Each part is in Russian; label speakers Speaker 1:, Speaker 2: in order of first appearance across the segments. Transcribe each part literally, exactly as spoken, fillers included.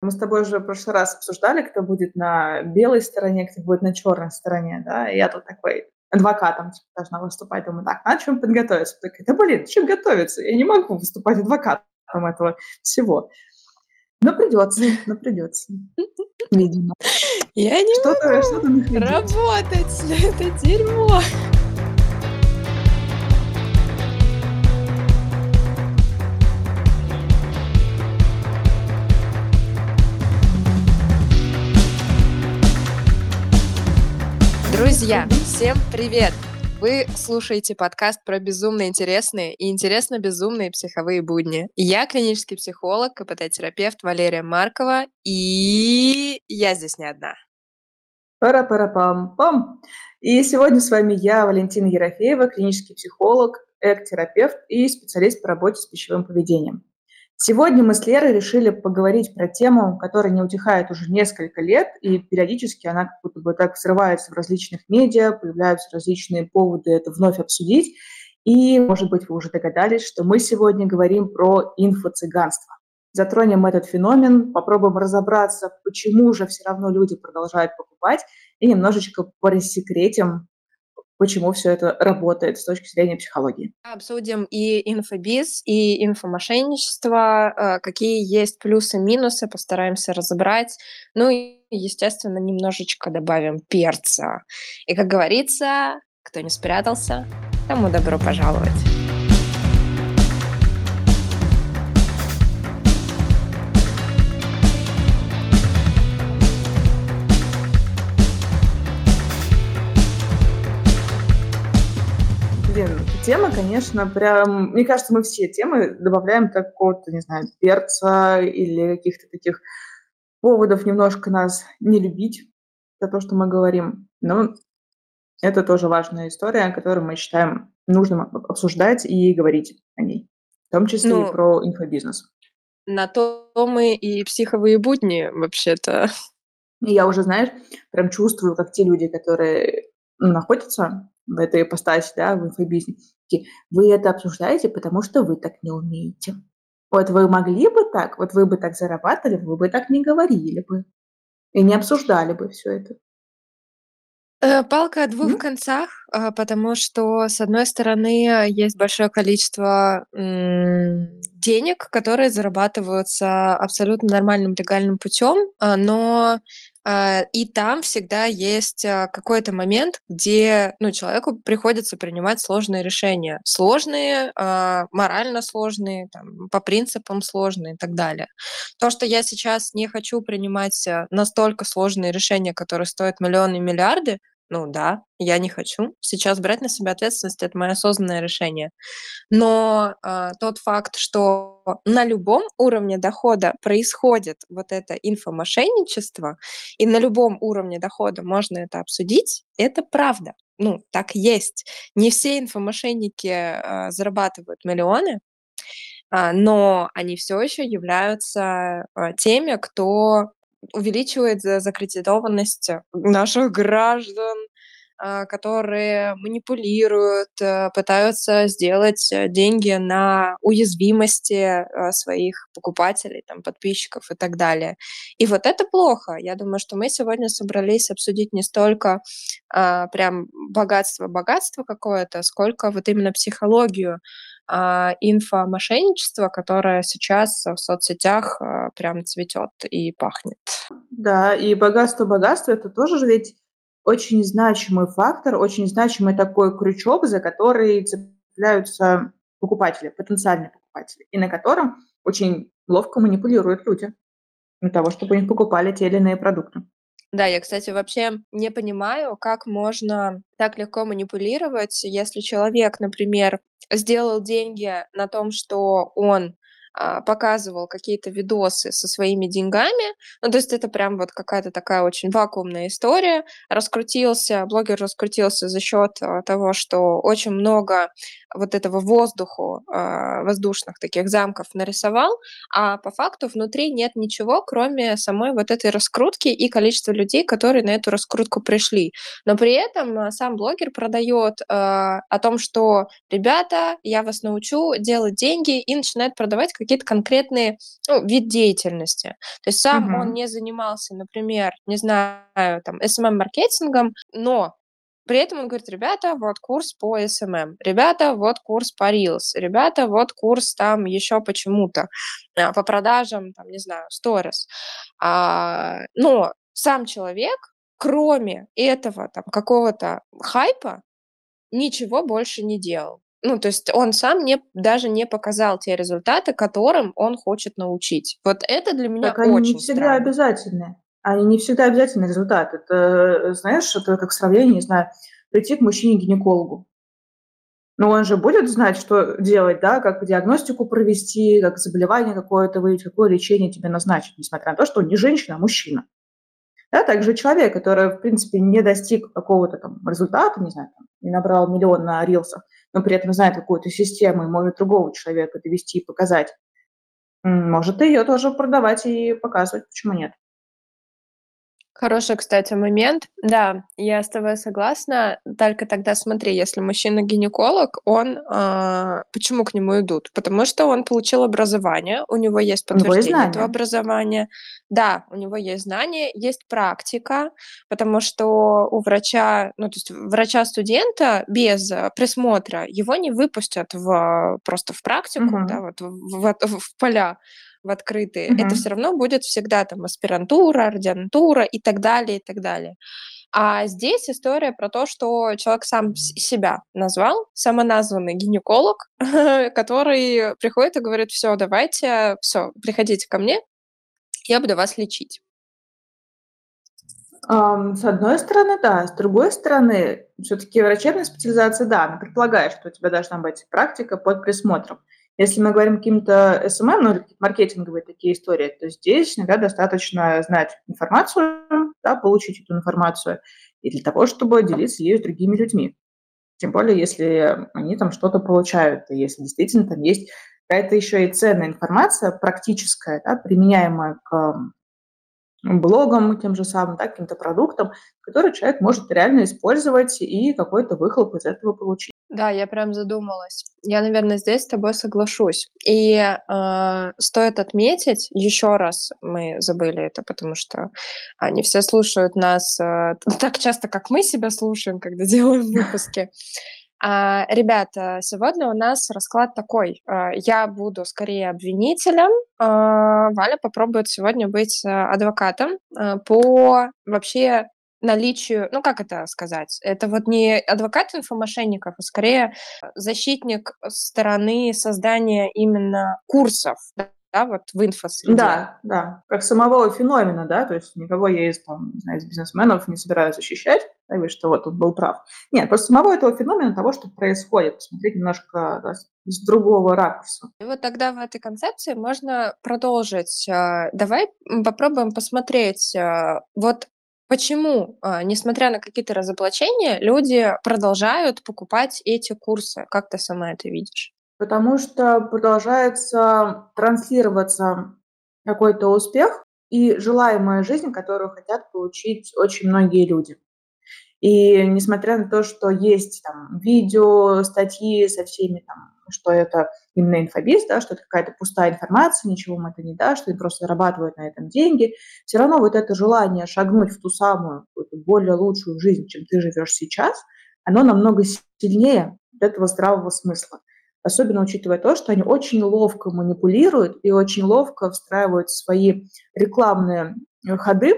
Speaker 1: Мы с тобой уже в прошлый раз обсуждали, кто будет на белой стороне, кто будет на черной стороне, да, и я тут такой адвокатом типа, должна выступать. Думаю, так, надо чем подготовиться. Такая, да блин, чем готовиться? Я не могу выступать адвокатом этого всего. Но придется, но придется. Видимо.
Speaker 2: Я не
Speaker 1: Что-то,
Speaker 2: могу
Speaker 1: что-то находить.
Speaker 2: работать, это дерьмо. Друзья, всем привет! Вы слушаете подкаст про безумно интересные и интересно безумные психовые будни. Я клинический психолог, КПТ-терапевт Валерия Маркова, и я здесь не одна.
Speaker 1: Пара-пара-пам-пам. И сегодня с вами я, Валентина Ерофеева, клинический психолог, эк-терапевт и специалист по работе с пищевым поведением. Сегодня мы с Лерой решили поговорить про тему, которая не утихает уже несколько лет, и периодически она как будто бы так взрывается в различных медиа, появляются различные поводы это вновь обсудить. И, может быть, вы уже догадались, что мы сегодня говорим про инфо-цыганство. Затронем этот феномен, попробуем разобраться, почему же все равно люди продолжают покупать, и немножечко порассекретим, почему все это работает с точки зрения психологии.
Speaker 2: Обсудим и инфобиз, и инфомошенничество, какие есть плюсы-минусы, постараемся разобрать. Ну и, естественно, немножечко добавим перца. И, как говорится, кто не спрятался, тому добро пожаловать.
Speaker 1: Блин, тема, конечно, прям... Мне кажется, мы все темы добавляем какого-то, не знаю, перца или каких-то таких поводов немножко нас не любить за то, что мы говорим. Но это тоже важная история, которую мы считаем нужным обсуждать и говорить о ней. В том числе ну, и про инфобизнес.
Speaker 2: На то мы и психовые будни, вообще-то.
Speaker 1: И я уже, знаешь, прям чувствую, как те люди, которые находятся в этой ипостаси, да, в инфобизнесе, вы это обсуждаете, потому что вы так не умеете. Вот вы могли бы так, вот вы бы так зарабатывали, вы бы так не говорили бы и не обсуждали бы все это.
Speaker 2: Палка о двух концах, потому что, с одной стороны, есть большое количество м, денег, которые зарабатываются абсолютно нормальным легальным путем, но а, и там всегда есть а, какой-то момент, где ну, человеку приходится принимать сложные решения. Сложные, а, морально сложные, там, по принципам сложные и так далее. То, что я сейчас не хочу принимать а, настолько сложные решения, которые стоят миллионы и миллиарды, ну да, я не хочу сейчас брать на себя ответственность, это мое осознанное решение. Но э, тот факт, что на любом уровне дохода происходит вот это инфомошенничество, и на любом уровне дохода можно это обсудить, это правда. Ну, так есть. Не все инфомошенники э, зарабатывают миллионы, э, но они все еще являются э, теми, кто увеличивает закредитованность наших граждан, которые манипулируют, пытаются сделать деньги на уязвимости своих покупателей, там, подписчиков и так далее. И вот это плохо. Я думаю, что мы сегодня собрались обсудить не столько а, прям богатство-богатство какое-то, сколько вот именно психологию а, инфомошенничества, которое сейчас в соцсетях а, прям цветет и пахнет.
Speaker 1: Да, и богатство-богатство — это тоже же ведь очень значимый фактор, очень значимый такой крючок, за который цепляются покупатели, потенциальные покупатели, и на котором очень ловко манипулируют люди для того, чтобы они покупали те или иные продукты.
Speaker 2: Да, я, кстати, вообще не понимаю, как можно так легко манипулировать, если человек, например, сделал деньги на том, что он а, показывал какие-то видосы со своими деньгами. Ну, то есть это прям вот какая-то такая очень вакуумная история. Раскрутился, блогер раскрутился за счет а, того, что очень много вот этого воздуху, а, воздушных таких замков нарисовал, а по факту внутри нет ничего, кроме самой вот этой раскрутки и количества людей, которые на эту раскрутку пришли. Но при этом сам блогер продает э, о том, что, ребята, я вас научу делать деньги, и начинает продавать какие какие-то конкретные, ну, вид деятельности. То есть сам он
Speaker 1: Мгм.
Speaker 2: не занимался, например, не знаю, там, эс эм эм-маркетингом, но при этом он говорит: "Ребята, вот курс по эс эм эм, ребята, вот курс по рилс, ребята, вот курс там еще почему-то, а, по продажам, там, не знаю, сторис". А, но сам человек, кроме этого там какого-то хайпа, ничего больше не делал. Ну, то есть он сам не даже не показал те результаты, которым он хочет научить. Вот это для меня
Speaker 1: Так они не
Speaker 2: очень
Speaker 1: всегда
Speaker 2: странно.
Speaker 1: обязательны. Они не всегда обязательный результат. Это, э, знаешь, это как сравнение, не знаю, прийти к мужчине-гинекологу. Но он же будет знать, что делать, да, как диагностику провести, как заболевание какое-то выявить, какое лечение тебе назначить, несмотря на то, что он не женщина, а мужчина. Да, также человек, который, в принципе, не достиг какого-то там результата, не знаю, там, не набрал миллион на рилсах, но при этом знает какую-то систему и может другого человека довести и показать, м, может ее тоже продавать и показывать, почему нет?
Speaker 2: Хороший, кстати, момент. Да, я с тобой согласна. Только тогда смотри, если мужчина-гинеколог, он, а, почему к нему идут? Потому что он получил образование, у него есть
Speaker 1: У него есть
Speaker 2: подтверждение этого
Speaker 1: знания.
Speaker 2: образования. Да, у него есть знания, есть практика, потому что у врача, ну, то есть врача-студента без э, присмотра его не выпустят в просто в практику, да,
Speaker 1: Мгм.
Speaker 2: вот в, в, в поля в открытые, это все
Speaker 1: Мгм.
Speaker 2: равно будет всегда там аспирантура, ординатура и так далее, и так далее. А здесь история про то, что человек сам с себя назвал, самоназванный гинеколог, который приходит и говорит: "Все, давайте, все, приходите ко мне, я буду вас лечить".
Speaker 1: Ам, с одной стороны, да. С другой стороны, все таки врачебная специализация, да, она предполагает, что у тебя должна быть практика под присмотром. Если мы говорим каким-то эс эм эм, ну, или какие-то маркетинговые такие истории, то здесь иногда достаточно знать информацию, да, получить эту информацию и для того, чтобы делиться ею с другими людьми. Тем более, если они там что-то получают, и если действительно там есть какая-то еще и ценная информация практическая, да, применяемая к блогом тем же самым, да, каким-то продуктом, который человек может реально использовать и какой-то выхлоп из этого получить.
Speaker 2: Да, я прям задумалась. Я, наверное, здесь с тобой соглашусь. И, а, стоит отметить еще раз, мы забыли это, потому что, а, не все слушают нас, а, так часто, как мы себя слушаем, когда делаем выпуски. А, ребята, сегодня у нас расклад такой. А, я буду скорее обвинителем, а, Валя попробует сегодня быть, а, адвокатом, а, по вообще наличию, ну, как это сказать? Это вот не адвокат инфомошенников, а скорее э, защитник стороны создания именно курсов, да, вот в инфосреде.
Speaker 1: Да, да, как самого феномена, да, то есть никого я из, там, не знаю, из бизнесменов не собираюсь защищать, да, говорить, что вот он был прав. Нет, просто самого этого феномена, того, что происходит, посмотреть немножко, да, с с другого ракурса.
Speaker 2: И вот тогда в этой концепции можно продолжить. А, Давай м, попробуем посмотреть, а, вот почему, а, несмотря на какие-то разоблачения, люди продолжают покупать эти курсы. Как ты сама это видишь?
Speaker 1: Потому что продолжается транслироваться какой-то успех и желаемая жизнь, которую хотят получить очень многие люди. И несмотря на то, что есть там видео, статьи со всеми там, что это именно инфобиз, да, что это какая-то пустая информация, ничего им это не даст, что они просто зарабатывают на этом деньги, все равно вот это желание шагнуть в ту самую какую-то более лучшую жизнь, чем ты живешь сейчас, оно намного сильнее вот этого здравого смысла. Особенно учитывая то, что они очень ловко манипулируют и очень ловко встраивают в свои рекламные э, ходы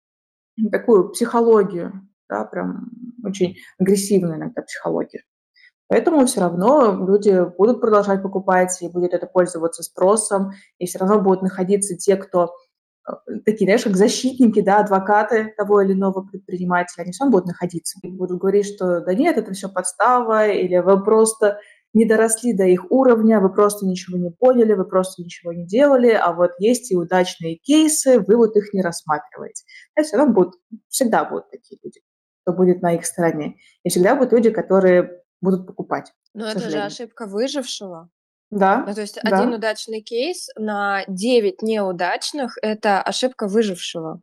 Speaker 1: такую психологию, да, прям очень агрессивную иногда психологию. Поэтому все равно люди будут продолжать покупать, и будет это пользоваться спросом, и все равно будут находиться те, кто э, такие, знаешь, как защитники, да, адвокаты того или иного предпринимателя, они все равно будут находиться. И будут говорить, что да нет, это все подстава, или вы просто не доросли до их уровня, вы просто ничего не поняли, вы просто ничего не делали, а вот есть и удачные кейсы, вы вот их не рассматриваете. Да, все равно будут, всегда будут такие люди, кто будет на их стороне. И всегда будут люди, которые будут покупать,
Speaker 2: Но
Speaker 1: к
Speaker 2: это же
Speaker 1: сожалению.
Speaker 2: ошибка выжившего.
Speaker 1: Да,
Speaker 2: Ну, то есть
Speaker 1: да.
Speaker 2: один удачный кейс на девять неудачных — это ошибка выжившего.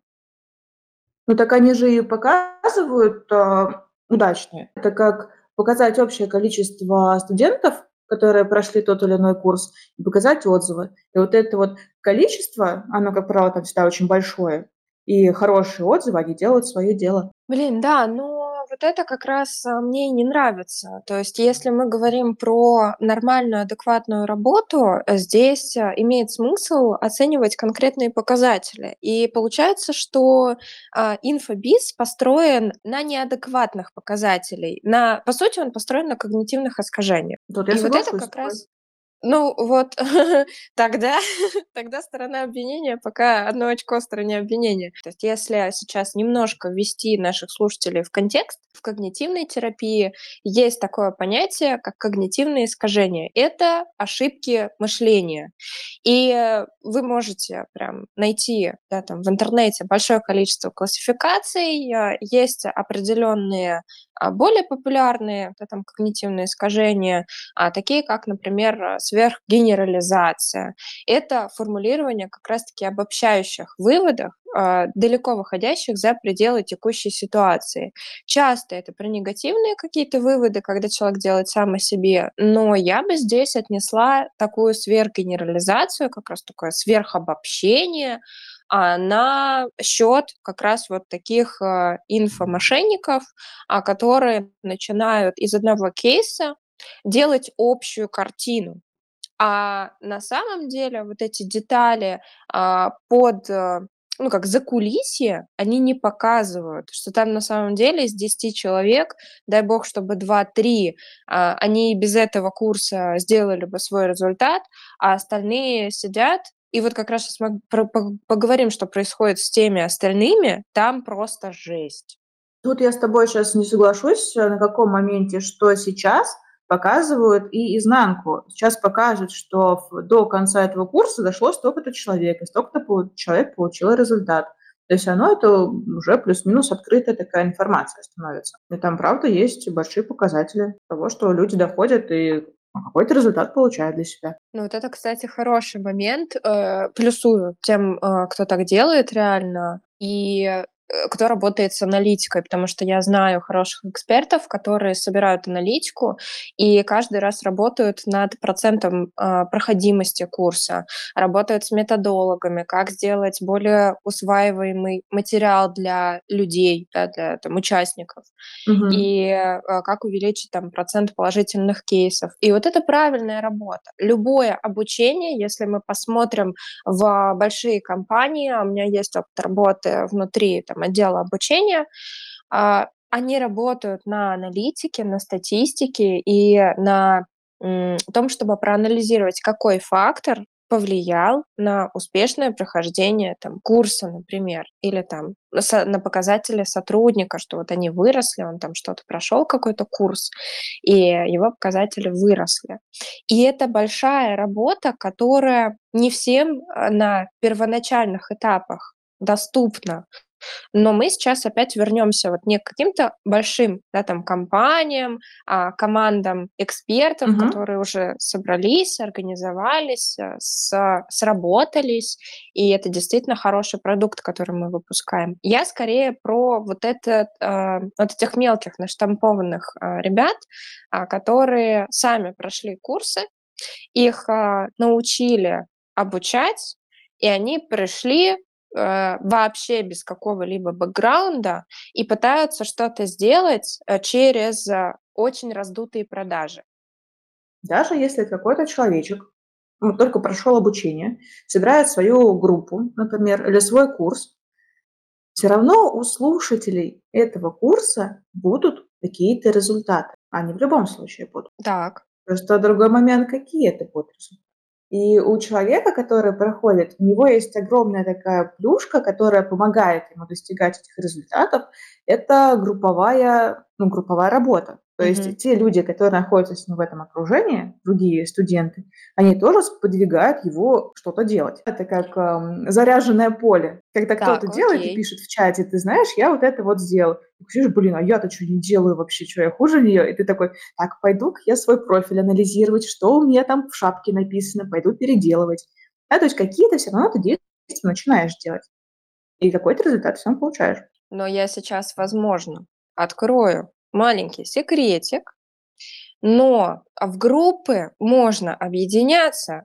Speaker 1: Ну так они же и показывают, а, удачные. Это как показать общее количество студентов которые прошли тот или иной курс, и показать отзывы. И вот это вот количество, оно, как правило, там всегда очень большое, и хорошие отзывы, они делают свое дело.
Speaker 2: Блин, да, но вот это как раз, а, мне и не нравится. То есть если мы говорим про нормальную, адекватную работу, э, здесь, а, имеет смысл оценивать конкретные показатели. И получается, что, а, инфобиз построен на неадекватных показателей. На по сути, он построен на когнитивных искажениях.
Speaker 1: Тут я
Speaker 2: И вот это
Speaker 1: соглашусь с
Speaker 2: как
Speaker 1: тобой.
Speaker 2: раз ну вот тогда тогда сторона обвинения пока одно очко стороне обвинения. То есть если сейчас немножко ввести наших слушателей в контекст, в когнитивной терапии есть такое понятие, как когнитивные искажения. Это ошибки мышления. И, э, вы можете прям найти, да, там в интернете большое количество классификаций. А, есть определенные, а, более популярные, да, там когнитивные искажения, а, такие как, например, э, сверхгенерализация. Это формулирование как раз-таки обобщающих выводов, а, далеко выходящих за пределы текущей ситуации. Часто это про негативные какие-то выводы, когда человек делает сам о себе, но я бы здесь отнесла такую сверхгенерализацию, как раз такое сверхобобщение, а, на счет как раз вот таких, а, инфомошенников, а, которые начинают из одного кейса делать общую картину. А на самом деле вот эти детали, а, под, э, ну, как закулисье, они не показывают, что там на самом деле из десяти человек, дай бог, чтобы два-три, а, они и без этого курса сделали бы свой результат, а остальные сидят. И вот как раз щас мы про пог поговорим, что происходит с теми остальными. Там просто жесть.
Speaker 1: Тут я с тобой щас не соглашусь, э, на каком моменте, что сейчас показывают и изнанку. Сейчас покажут, что в до конца этого курса дошло столько-то человек, и столько-то по человек получило результат. То есть оно это уже плюс-минус открытая такая информация становится. И там, правда, есть большие показатели того, что люди доходят и какой-то результат получают для себя.
Speaker 2: Ну, вот это, кстати, хороший момент. Э, плюсую тем, э, кто так делает реально и, э, кто работает с аналитикой, потому что я знаю хороших экспертов, которые собирают аналитику и каждый раз работают над процентом, а, проходимости курса, работают с методологами, как сделать более усваиваемый материал для людей, да, для там участников,
Speaker 1: Мгм.
Speaker 2: и, э, как увеличить там процент положительных кейсов. И вот это правильная работа. Любое обучение, если мы посмотрим в большие компании, а у меня есть опыт работы внутри там отдела обучения, а, они работают на аналитике, на статистике и на, м, том, чтобы проанализировать, какой фактор повлиял на успешное прохождение там курса, например, или там на со на показатели сотрудника, что вот они выросли, он там что-то прошел, какой-то курс, и его показатели выросли. И это большая работа, которая не всем, а, на первоначальных этапах доступна. Но мы сейчас опять вернемся вот не к каким-то большим, да, там компаниям, а командам экспертов,
Speaker 1: Мгм.
Speaker 2: которые уже собрались, организовались, э, с сработались, и это действительно хороший продукт, который мы выпускаем. Я скорее про вот этот, а, вот этих мелких наштампованных, а, ребят, а, которые сами прошли курсы, их, а, научили обучать, и они пришли, э, вообще без какого-либо бэкграунда и пытаются что-то сделать, э, через, э, очень раздутые продажи.
Speaker 1: Даже если это какой-то человечек, ну, только прошел обучение, собирает свою группу, например, или свой курс, всё равно у слушателей этого курса будут какие-то результаты. Они в любом случае будут.
Speaker 2: Так.
Speaker 1: Просто другой момент, какие это будут результаты. И у человека, который проходит, у него есть огромная такая плюшка, которая помогает ему достигать этих результатов. Это групповая, ну, групповая работа. То
Speaker 2: Мгм.
Speaker 1: есть те люди, которые находятся с ним в этом окружении, другие студенты, они тоже сподвигают его что-то делать. Это как, ам, заряженное поле. Когда кто-то
Speaker 2: Так,
Speaker 1: делает и
Speaker 2: окей.
Speaker 1: пишет в чате: "Ты знаешь, я вот это вот сделал". Ты сидишь: "Блин, а я-то чё не делаю вообще? Чё, я хуже неё?" И ты такой: "Так, пойду-ка я свой профиль анализировать, что у меня там в шапке написано, пойду переделывать". Да, то есть какие-то всё равно ты действия начинаешь делать. И какой-то результат всё равно получаешь.
Speaker 2: Но я сейчас, возможно, открою маленький секретик. Но в группы можно объединяться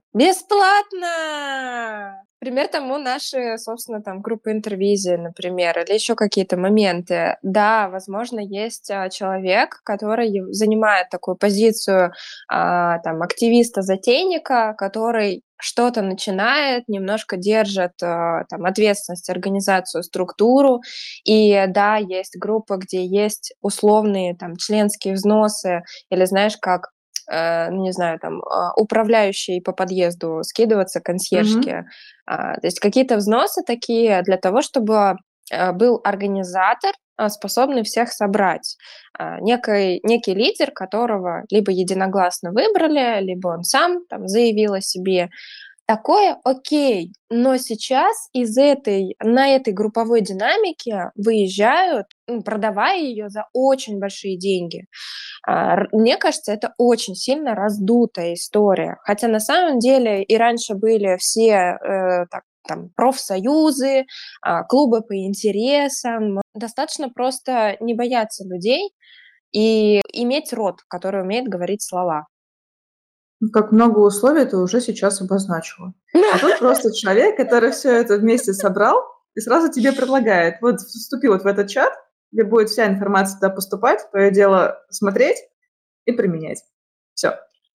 Speaker 2: бесплатно! Пример тому наши, собственно, там группы интервизии, например, или еще какие-то моменты. Да, возможно, есть, а, человек, который ев занимает такую позицию, а, там, активиста-затейника, который что-то начинает, немножко держит, а, там, ответственность, организацию, структуру. И да, есть группа, где есть условные, там, членские взносы или, знаешь, как, э, ну, не знаю, там, а, управляющей по подъезду скидываться
Speaker 1: Мгм.
Speaker 2: консьержке. А, то есть какие-то взносы такие для того, чтобы, э, был организатор, а, способный всех собрать. А, некой некий лидер, которого либо единогласно выбрали, либо он сам там заявил о себе. Такое окей, но сейчас из этой на этой групповой динамике выезжают, м, продавая ее за очень большие деньги. А, р Мне кажется, это очень сильно раздутая история. Хотя на самом деле и раньше были все, э, так там профсоюзы, а, клубы по интересам. Достаточно просто не бояться людей и иметь рот, который умеет говорить слова.
Speaker 1: Ну, как много условий ты уже сейчас обозначила. А тут просто человек, который все это вместе собрал и сразу тебе предлагает: вот вступи вот в этот чат, где будет вся информация туда поступать, твое дело смотреть и применять. Все.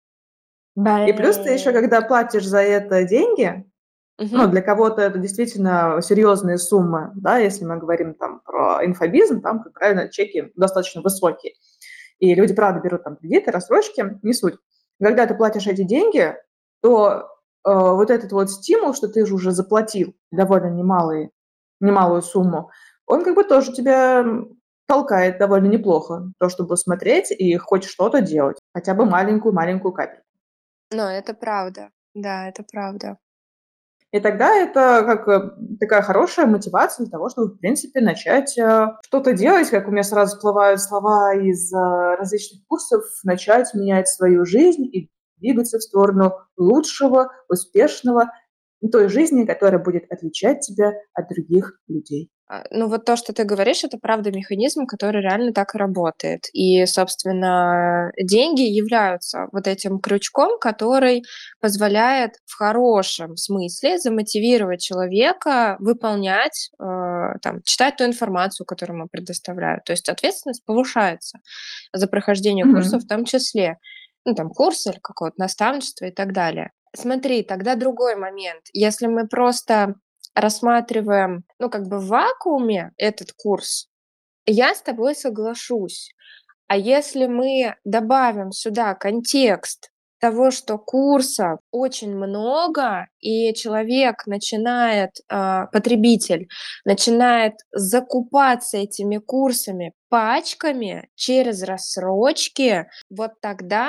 Speaker 1: И плюс ты еще,
Speaker 2: Блин.
Speaker 1: когда платишь за это деньги, ну,
Speaker 2: Мгм.
Speaker 1: для кого-то это действительно серьезные суммы, да, если мы говорим там про инфобиз, там, как правило, чеки достаточно высокие. И люди, правда, берут там кредиты, рассрочки, не суть. Когда ты платишь эти деньги, то э, вот этот вот стимул, что ты же уже заплатил довольно немалый, немалую сумму, он как бы тоже тебя м, толкает довольно неплохо, то, чтобы смотреть и хоть что-то делать, хотя бы маленькую-маленькую капельку.
Speaker 2: Но это правда. Да, это правда.
Speaker 1: И тогда это как э, такая хорошая мотивация для того, чтобы, в принципе, начать э, что-то делать, как у меня сразу всплывают слова из э, различных курсов, начать менять свою жизнь и двигаться в сторону лучшего, успешного, той жизни, которая будет отличать тебя от других людей.
Speaker 2: А, ну, вот то, что ты говоришь, это правда механизм, который реально так и работает. И, собственно, деньги являются вот этим крючком, который позволяет в хорошем смысле замотивировать человека выполнять, э, там, читать ту информацию, которую ему предоставляют. То есть ответственность повышается за прохождение курсов в
Speaker 1: Мгм.
Speaker 2: том числе. Ну, там, курса или какого-то наставничества и так далее. Смотри, тогда другой момент. Если мы просто рассматриваем, ну, как бы в вакууме этот курс, я с тобой соглашусь. А если мы добавим сюда контекст того, что курсов очень много, и человек начинает, а, потребитель начинает закупаться этими курсами пачками через рассрочки, вот тогда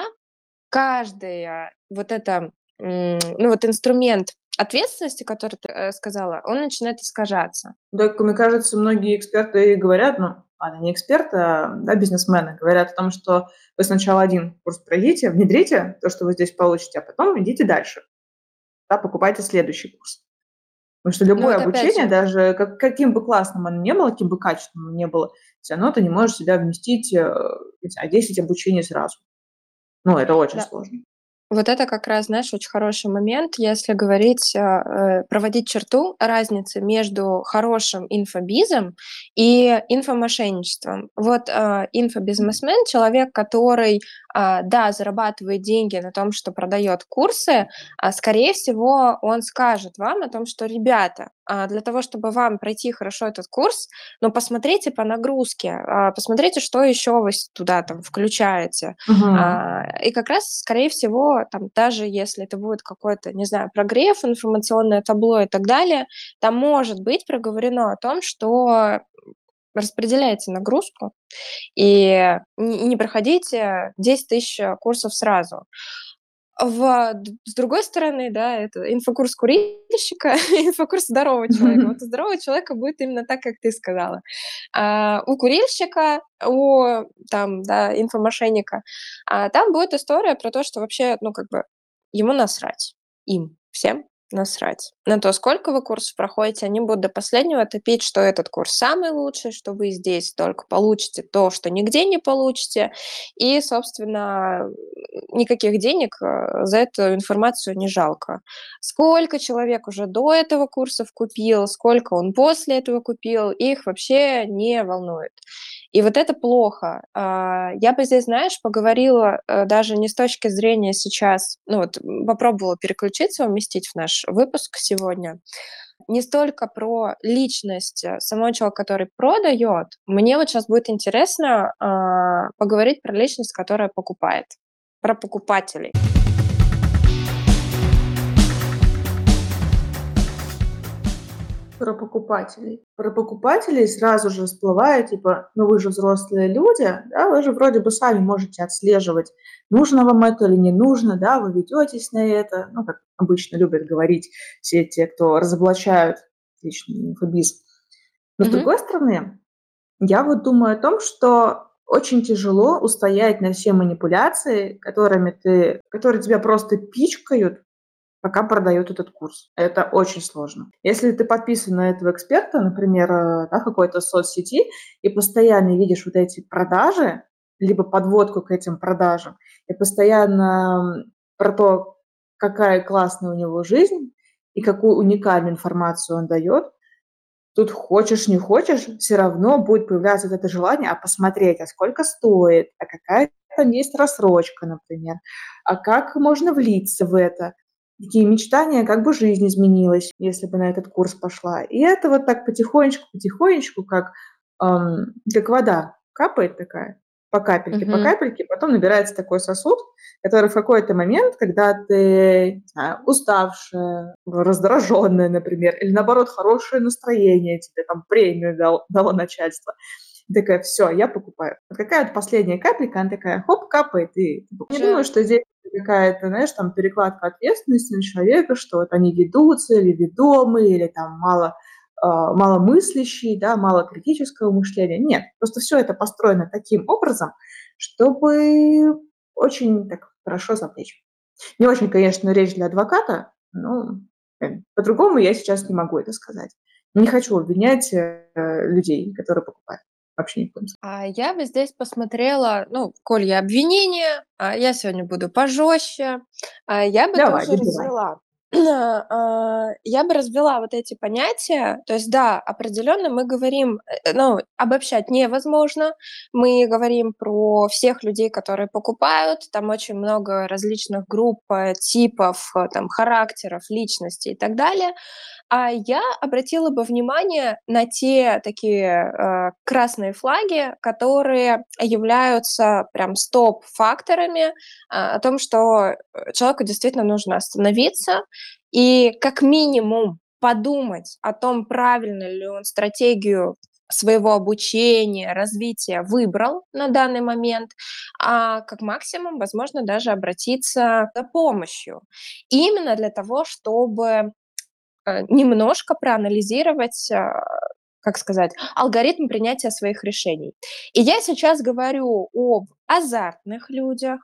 Speaker 2: каждая вот это, м, ну, вот инструмент ответственности, который ты, э, сказала, он начинает искажаться.
Speaker 1: Так, мне кажется, многие эксперты и говорят, ну, ладно, не эксперты, а да, бизнесмены, говорят о том, что вы сначала один курс пройдите, внедрите то, что вы здесь получите, а потом идите дальше, да, покупайте следующий курс. Потому что
Speaker 2: Но
Speaker 1: любое
Speaker 2: это опять
Speaker 1: обучение,
Speaker 2: же.
Speaker 1: даже как каким бы классным оно ни было, каким бы качественным оно ни было, всё равно ты не можешь в себя вместить, э, не знаю, десять обучений сразу. Ну, это очень
Speaker 2: Да.
Speaker 1: сложно.
Speaker 2: Вот это как раз, знаешь, очень хороший момент, если говорить, а, э, проводить черту разницы между хорошим инфобизом и инфомошенничеством. Вот, а, инфобизнесмен — человек, который, а, да, зарабатывает деньги на том, что продает курсы, а, скорее всего, он скажет вам о том, что: "Ребята, а, для того, чтобы вам пройти хорошо этот курс, ну, посмотрите по нагрузке, а, посмотрите, что еще вы с туда там включаете".
Speaker 1: Мгм.
Speaker 2: А, и как раз, скорее всего, там, даже если это будет какой-то, не знаю, прогрев, информационное табло и так далее, там может быть проговорено о том, что распределяйте нагрузку и не не проходите десять тысяч курсов сразу. В д С другой стороны, да, это инфокурс курильщика, инфокурс здорового человека. Вот у здорового человека будет именно так, как ты сказала. А у курильщика, у там, да, инфомошенника, а, там будет история про то, что вообще, ну, как бы ему насрать, им всем. насрать на то, сколько вы курсов проходите. Они будут до последнего топить, что этот курс самый лучший, что вы здесь только получите то, что нигде не получите. И, собственно, никаких денег э, за эту информацию не жалко. Сколько человек уже до этого курсов купил, сколько он после этого купил, их вообще не волнует. И вот это плохо. А, Я бы здесь, знаешь, поговорила э, даже не с точки зрения сейчас, ну вот м, попробовала переключиться, уместить в наш выпуск сегодня, не столько про личность э, самого человека, который продает. Мне вот сейчас будет интересно а, поговорить про личность, которая покупает, про покупателей.
Speaker 1: Про покупателей. Про покупателей сразу же всплывает, типа, ну вы же взрослые люди, да, вы же вроде бы сами можете отслеживать, нужно вам это или не нужно, да, вы ведетесь на это, ну, как обычно любят говорить все те, кто разоблачают личный инфобиз. Но с
Speaker 2: Мгм.
Speaker 1: другой стороны, я вот думаю о том, что очень тяжело устоять на все манипуляции, которыми ты, которые тебя просто пичкают, пока продают этот курс. Это очень сложно. Если ты подписан на этого эксперта, например, э, да, какой-то соцсети, и постоянно видишь вот эти продажи, либо подводку к этим продажам, и постоянно м, про то, какая классная у него жизнь и какую уникальную информацию он дает, тут хочешь не хочешь, все равно будет появляться вот это желание, а посмотреть, а сколько стоит, а какая там есть рассрочка, например, а как можно влиться в это. Такие мечтания, как бы жизнь изменилась, если бы на этот курс пошла. И это вот так потихонечку-потихонечку, как, ам, как вода капает такая, по капельке, по
Speaker 2: Мгм.
Speaker 1: капельке, потом набирается такой сосуд, который в какой-то момент, когда ты, не знаю, уставшая, раздраженная, например, или наоборот хорошее настроение, тебе там премию дал, дало начальство, и такая, все, я покупаю. Вот какая-то последняя капелька, она такая, хоп, капает, и ты не думаю,
Speaker 2: Же.
Speaker 1: что здесь какая-то, знаешь, там перекладка ответственности на человека, что вот они ведутся или ведомы, или там мало, а, маломыслящие, да, мало критического мышления. Нет, просто все это построено таким образом, чтобы очень так хорошо завлечь. Не очень, конечно, речь для адвоката, но э, по-другому я сейчас не могу это сказать. Не хочу обвинять э, людей, которые покупают. Вообще ни в коем случае.
Speaker 2: А я бы здесь посмотрела, ну, коль я обвинение, а я сегодня буду пожестче, а я бы
Speaker 1: Давай,
Speaker 2: тоже
Speaker 1: выбивай.
Speaker 2: развела. А, Я бы развела вот эти понятия. То есть, да, определенно мы говорим, э, ну, обобщать невозможно. Мы говорим про всех людей, которые покупают. Там очень много различных групп, э, типов, э, там, характеров, личностей и так далее. А я обратила бы внимание на те такие, э, красные флаги, которые являются прям стоп-факторами, а, о том, что, э, человеку действительно нужно остановиться и как минимум подумать о том, правильно ли он стратегию своего обучения, развития выбрал на данный момент, а как максимум, возможно, даже обратиться за помощью. Именно для того, чтобы э, немножко проанализировать, а, как сказать, алгоритм принятия своих решений. И я сейчас говорю об азартных людях,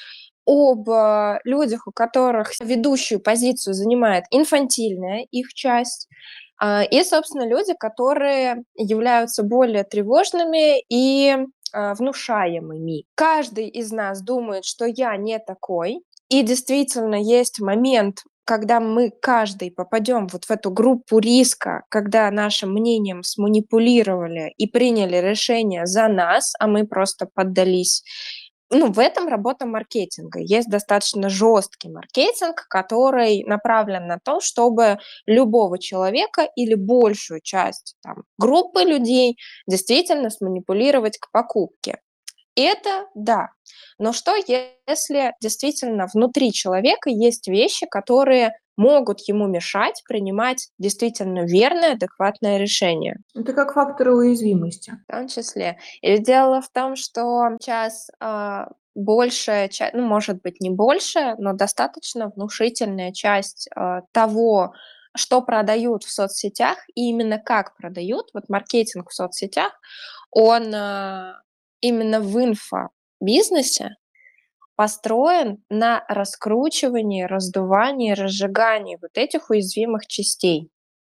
Speaker 2: об а, людях, у которых ведущую позицию занимает инфантильная их часть, а, и, собственно, люди, которые являются более тревожными и а, внушаемыми. Каждый из нас думает, что я не такой, и действительно есть момент, когда мы каждый попадем вот в эту группу риска, когда нашим мнением сманипулировали и приняли решение за нас, а мы просто поддались. Ну, в этом работа маркетинга. Есть достаточно жесткий маркетинг, который направлен на то, чтобы любого человека или большую часть там, группы людей действительно сманипулировать к покупке. Это да. Но что, если действительно внутри человека есть вещи, которые могут ему мешать принимать действительно верное, адекватное решение?
Speaker 1: Это как факторы уязвимости.
Speaker 2: В том числе. И дело в том, что сейчас а, большая часть, ну, может быть, не большая, но достаточно внушительная часть а, того, что продают в соцсетях, и именно как продают, вот маркетинг в соцсетях, он а, именно в инфобизнесе, построен на раскручивании, раздувании, разжигании вот этих уязвимых частей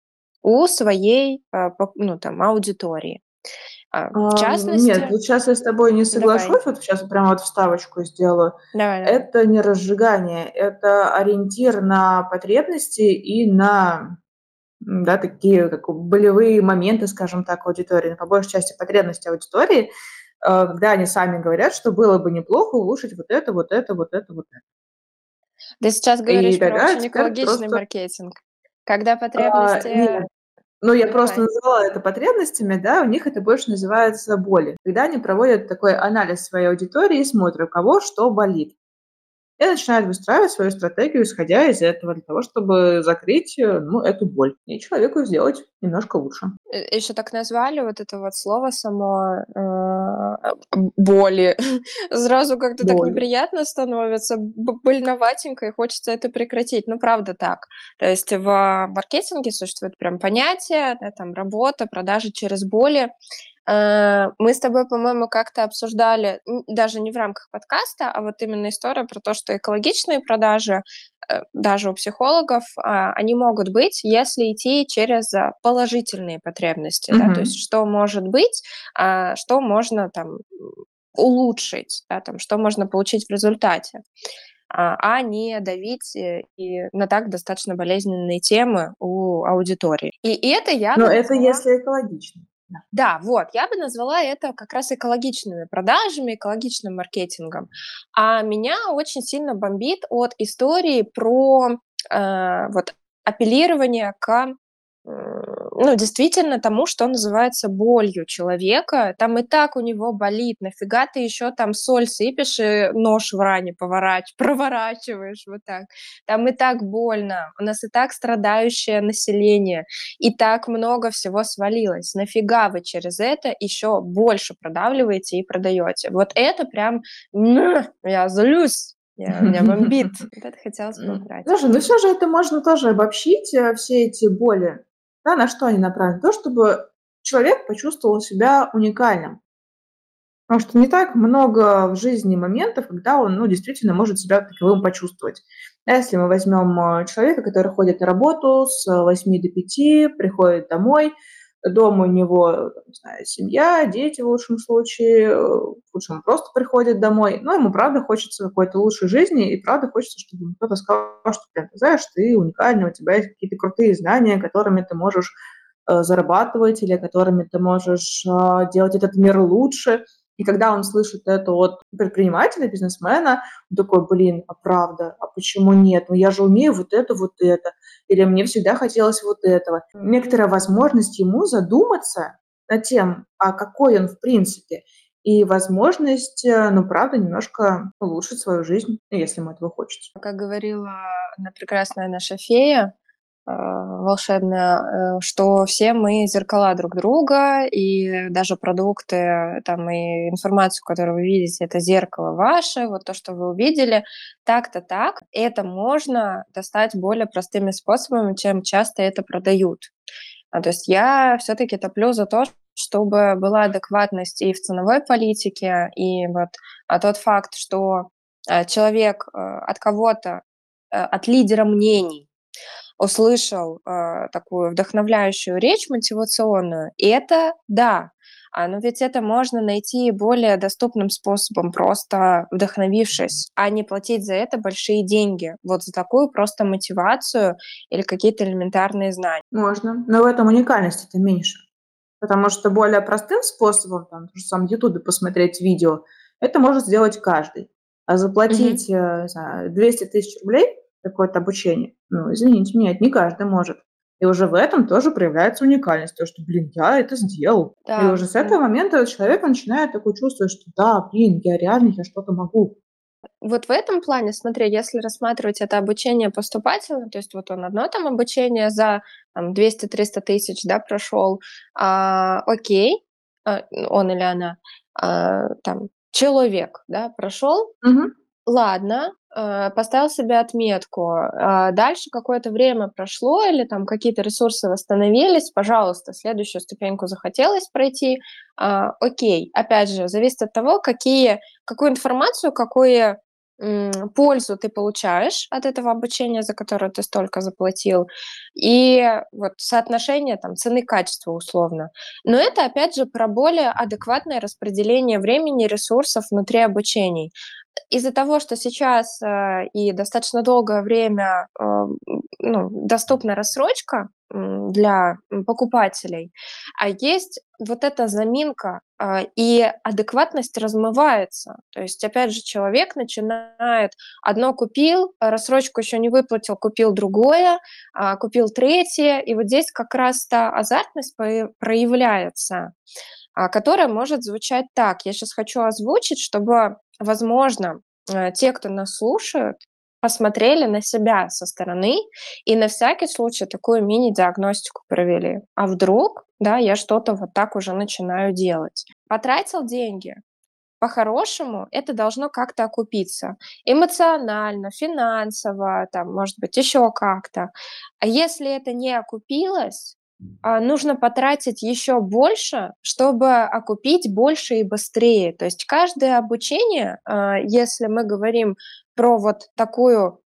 Speaker 2: у своей, а, пок ну, там, аудитории. А, в
Speaker 1: Ам, нет,
Speaker 2: частности
Speaker 1: вот сейчас я с тобой не
Speaker 2: Давай.
Speaker 1: соглашусь, вот сейчас прям вот вставочку сделаю.
Speaker 2: Давай давай.
Speaker 1: Это не разжигание, это ориентир на потребности и на, м, да, такие как болевые моменты, скажем так, аудитории. По большей части потребности аудитории, э, когда они сами говорят, что было бы неплохо улучшить вот это, вот это, вот это, вот это.
Speaker 2: Ты сейчас
Speaker 1: И
Speaker 2: говоришь про
Speaker 1: тогда
Speaker 2: очень
Speaker 1: эксперт
Speaker 2: экологичный
Speaker 1: просто
Speaker 2: маркетинг, когда
Speaker 1: А,
Speaker 2: потребности
Speaker 1: нет, ну, я просто
Speaker 2: Давай.
Speaker 1: назвала это потребностями, да, у них это больше называется болью. Когда они проводят такой анализ своей аудитории и смотрят, у кого что болит. И начинают выстраивать свою стратегию, исходя из этого, для того, чтобы закрыть, э, ну, эту боль и человеку сделать немножко лучше.
Speaker 2: Э, еще так назвали вот это вот слово само, э, боли. Сразу как-то так
Speaker 1: Болью.
Speaker 2: неприятно становится, б больноватенько, и хочется это прекратить. Ну, правда так. То есть в маркетинге существует прям понятие, да, там работа, продажи через боли. Э, мы с тобой, по-моему, как-то обсуждали, н даже не в рамках подкаста, а вот именно история про то, что экологичные продажи, э, даже у психологов, а, они могут быть, если идти через, а, положительные потребности, да. То есть
Speaker 1: Мгм.
Speaker 2: что может быть, а, что можно там, м, улучшить, да, там, что можно получить в результате, а, а не давить, э, и на так достаточно болезненные темы у аудитории. И это я
Speaker 1: Но
Speaker 2: бы
Speaker 1: это
Speaker 2: назвала
Speaker 1: если экологично, да.
Speaker 2: Да, вот, я бы назвала это как раз экологичными продажами, экологичным маркетингом. А меня очень сильно бомбит от истории про, э, вот апеллирование к, м, ну, действительно тому, что называется болью человека. Там и так у него болит, нафига ты еще там соль сыпешь и нож в ране поворач проворачиваешь вот так? Там и так больно, у нас и так страдающее население, и так много всего свалилось. Нафига вы через это еще больше продавливаете и продаете? Вот это прям, я злюсь, я меня бомбит. Вот это хотелось бы
Speaker 1: М,
Speaker 2: убрать.
Speaker 1: слушай, ну всё же это можно тоже обобщить, э, все эти боли. Да, на что они направлены? На то, чтобы человек почувствовал себя уникальным. Потому что не так много в жизни моментов, когда он, ну, действительно может себя таковым почувствовать. Да, если мы возьмем, э, человека, который ходит на работу с восьми до пяти, приходит домой, дома у него, там, не знаю, семья, дети в лучшем случае, э, в худшем он просто приходит домой, но ему правда хочется какой-то лучшей жизни, и правда хочется, чтобы ему кто-то сказал, что ты знаешь, ты уникальный, у тебя есть какие-то крутые знания, которыми ты можешь, э, зарабатывать или которыми ты можешь, а, делать этот мир лучше. И когда он слышит это от предпринимателя, бизнесмена, он такой: "Блин, а правда, а почему нет? Ну, я же умею вот это, вот это, или мне всегда хотелось вот этого". Некоторая возможность ему задуматься над тем, а какой он в принципе, и возможность, э, ну, правда, немножко улучшить свою жизнь, ну, если ему этого хочется.
Speaker 2: Как говорила одна прекрасная наша фея, э, волшебная, э, что все мы зеркала друг друга, и даже продукты, там, и информацию, которую вы видите, это зеркало ваше. Вот то, что вы увидели так-то так, это можно достать более простыми способами, чем часто это продают. А, то есть я всё-таки топлю за то, чтобы была адекватность и в ценовой политике, и вот, а тот факт, что, э, человек, э, от кого-то, э, от лидера мнений услышал, э, такую вдохновляющую речь мотивационную, это да. А, но ведь это можно найти более доступным способом, просто вдохновившись, а не платить за это большие деньги. Вот за такую просто мотивацию или какие-то элементарные знания.
Speaker 1: Можно, но в этом уникальности-то меньше. Потому что более простым способом, там, в том же самом "Ютубе" посмотреть видео, это может сделать каждый. А
Speaker 2: Мгм.
Speaker 1: заплатить, э, не знаю, двести тысяч рублей за какое-то обучение, ну, извините меня, это не каждый может. И уже в этом тоже проявляется уникальность. То, что, блин, я это сделал. И
Speaker 2: Да,
Speaker 1: уже с
Speaker 2: м.
Speaker 1: этого момента человек начинает такой чувствовать, что да, блин, я реально, я что-то могу.
Speaker 2: Вот в этом плане, смотри, если рассматривать это обучение поступательно, то есть вот он одно там обучение за там двести триста тысяч, да, прошел, а, окей, а, он или она, а, там человек, да, прошел,
Speaker 1: Мгм.
Speaker 2: ладно, э, поставил себе отметку, а, дальше какое-то время прошло или там какие-то ресурсы восстановились, пожалуйста, следующую ступеньку захотелось пройти, а, окей. Опять же, зависит от того, какие какую информацию, какое м, пользу ты получаешь от этого обучения, за которое ты столько заплатил, и вот соотношение там цены-качества условно. Но это, опять же, про более адекватное распределение времени, ресурсов внутри обучений. Из-за того, что сейчас, э, и достаточно долгое время, э, м, ну, доступна рассрочка, м, для, м, покупателей, а есть вот эта заминка, а, и адекватность размывается. То есть, опять же, человек начинает: одно купил, а рассрочку еще не выплатил, купил другое, а, купил третье. И вот здесь как раз та азартность пое проявляется, а, которая может звучать так. Я щас хочу озвучить, чтобы, возможно, э, те, кто нас слушают, посмотрели на себя со стороны и на всякий случай такую мини-диагностику провели. А вдруг, да, я что-то вот так уже начинаю делать? Потратил деньги. По-хорошему, это должно как-то окупиться: эмоционально, финансово, там, может быть, еще как-то. А если это не окупилось, а, нужно потратить еще больше, чтобы окупить больше и быстрее. То есть каждое обучение, а, если мы говорим про вот такую,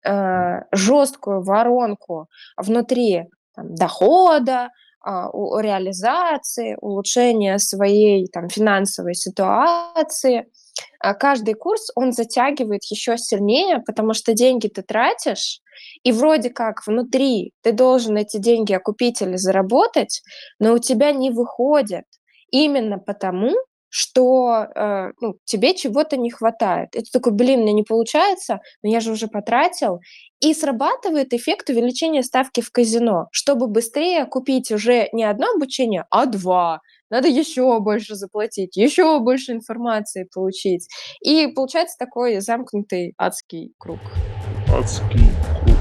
Speaker 2: э, жесткую воронку внутри там дохода, а, у реализации, улучшения своей там финансовой ситуации, а, каждый курс, он затягивает еще сильнее, потому что деньги ты тратишь, и вроде как внутри ты должен эти деньги окупить или заработать, но у тебя не выходит именно потому, что, э, ну, тебе чего-то не хватает. И ты такой: "Блин, у меня не получается, но я же уже потратил". И срабатывает эффект увеличения ставки в казино. Чтобы быстрее окупить уже не одно обучение, а два. Надо еще больше заплатить, еще больше информации получить. И получается такой замкнутый адский круг.
Speaker 3: Адский круг.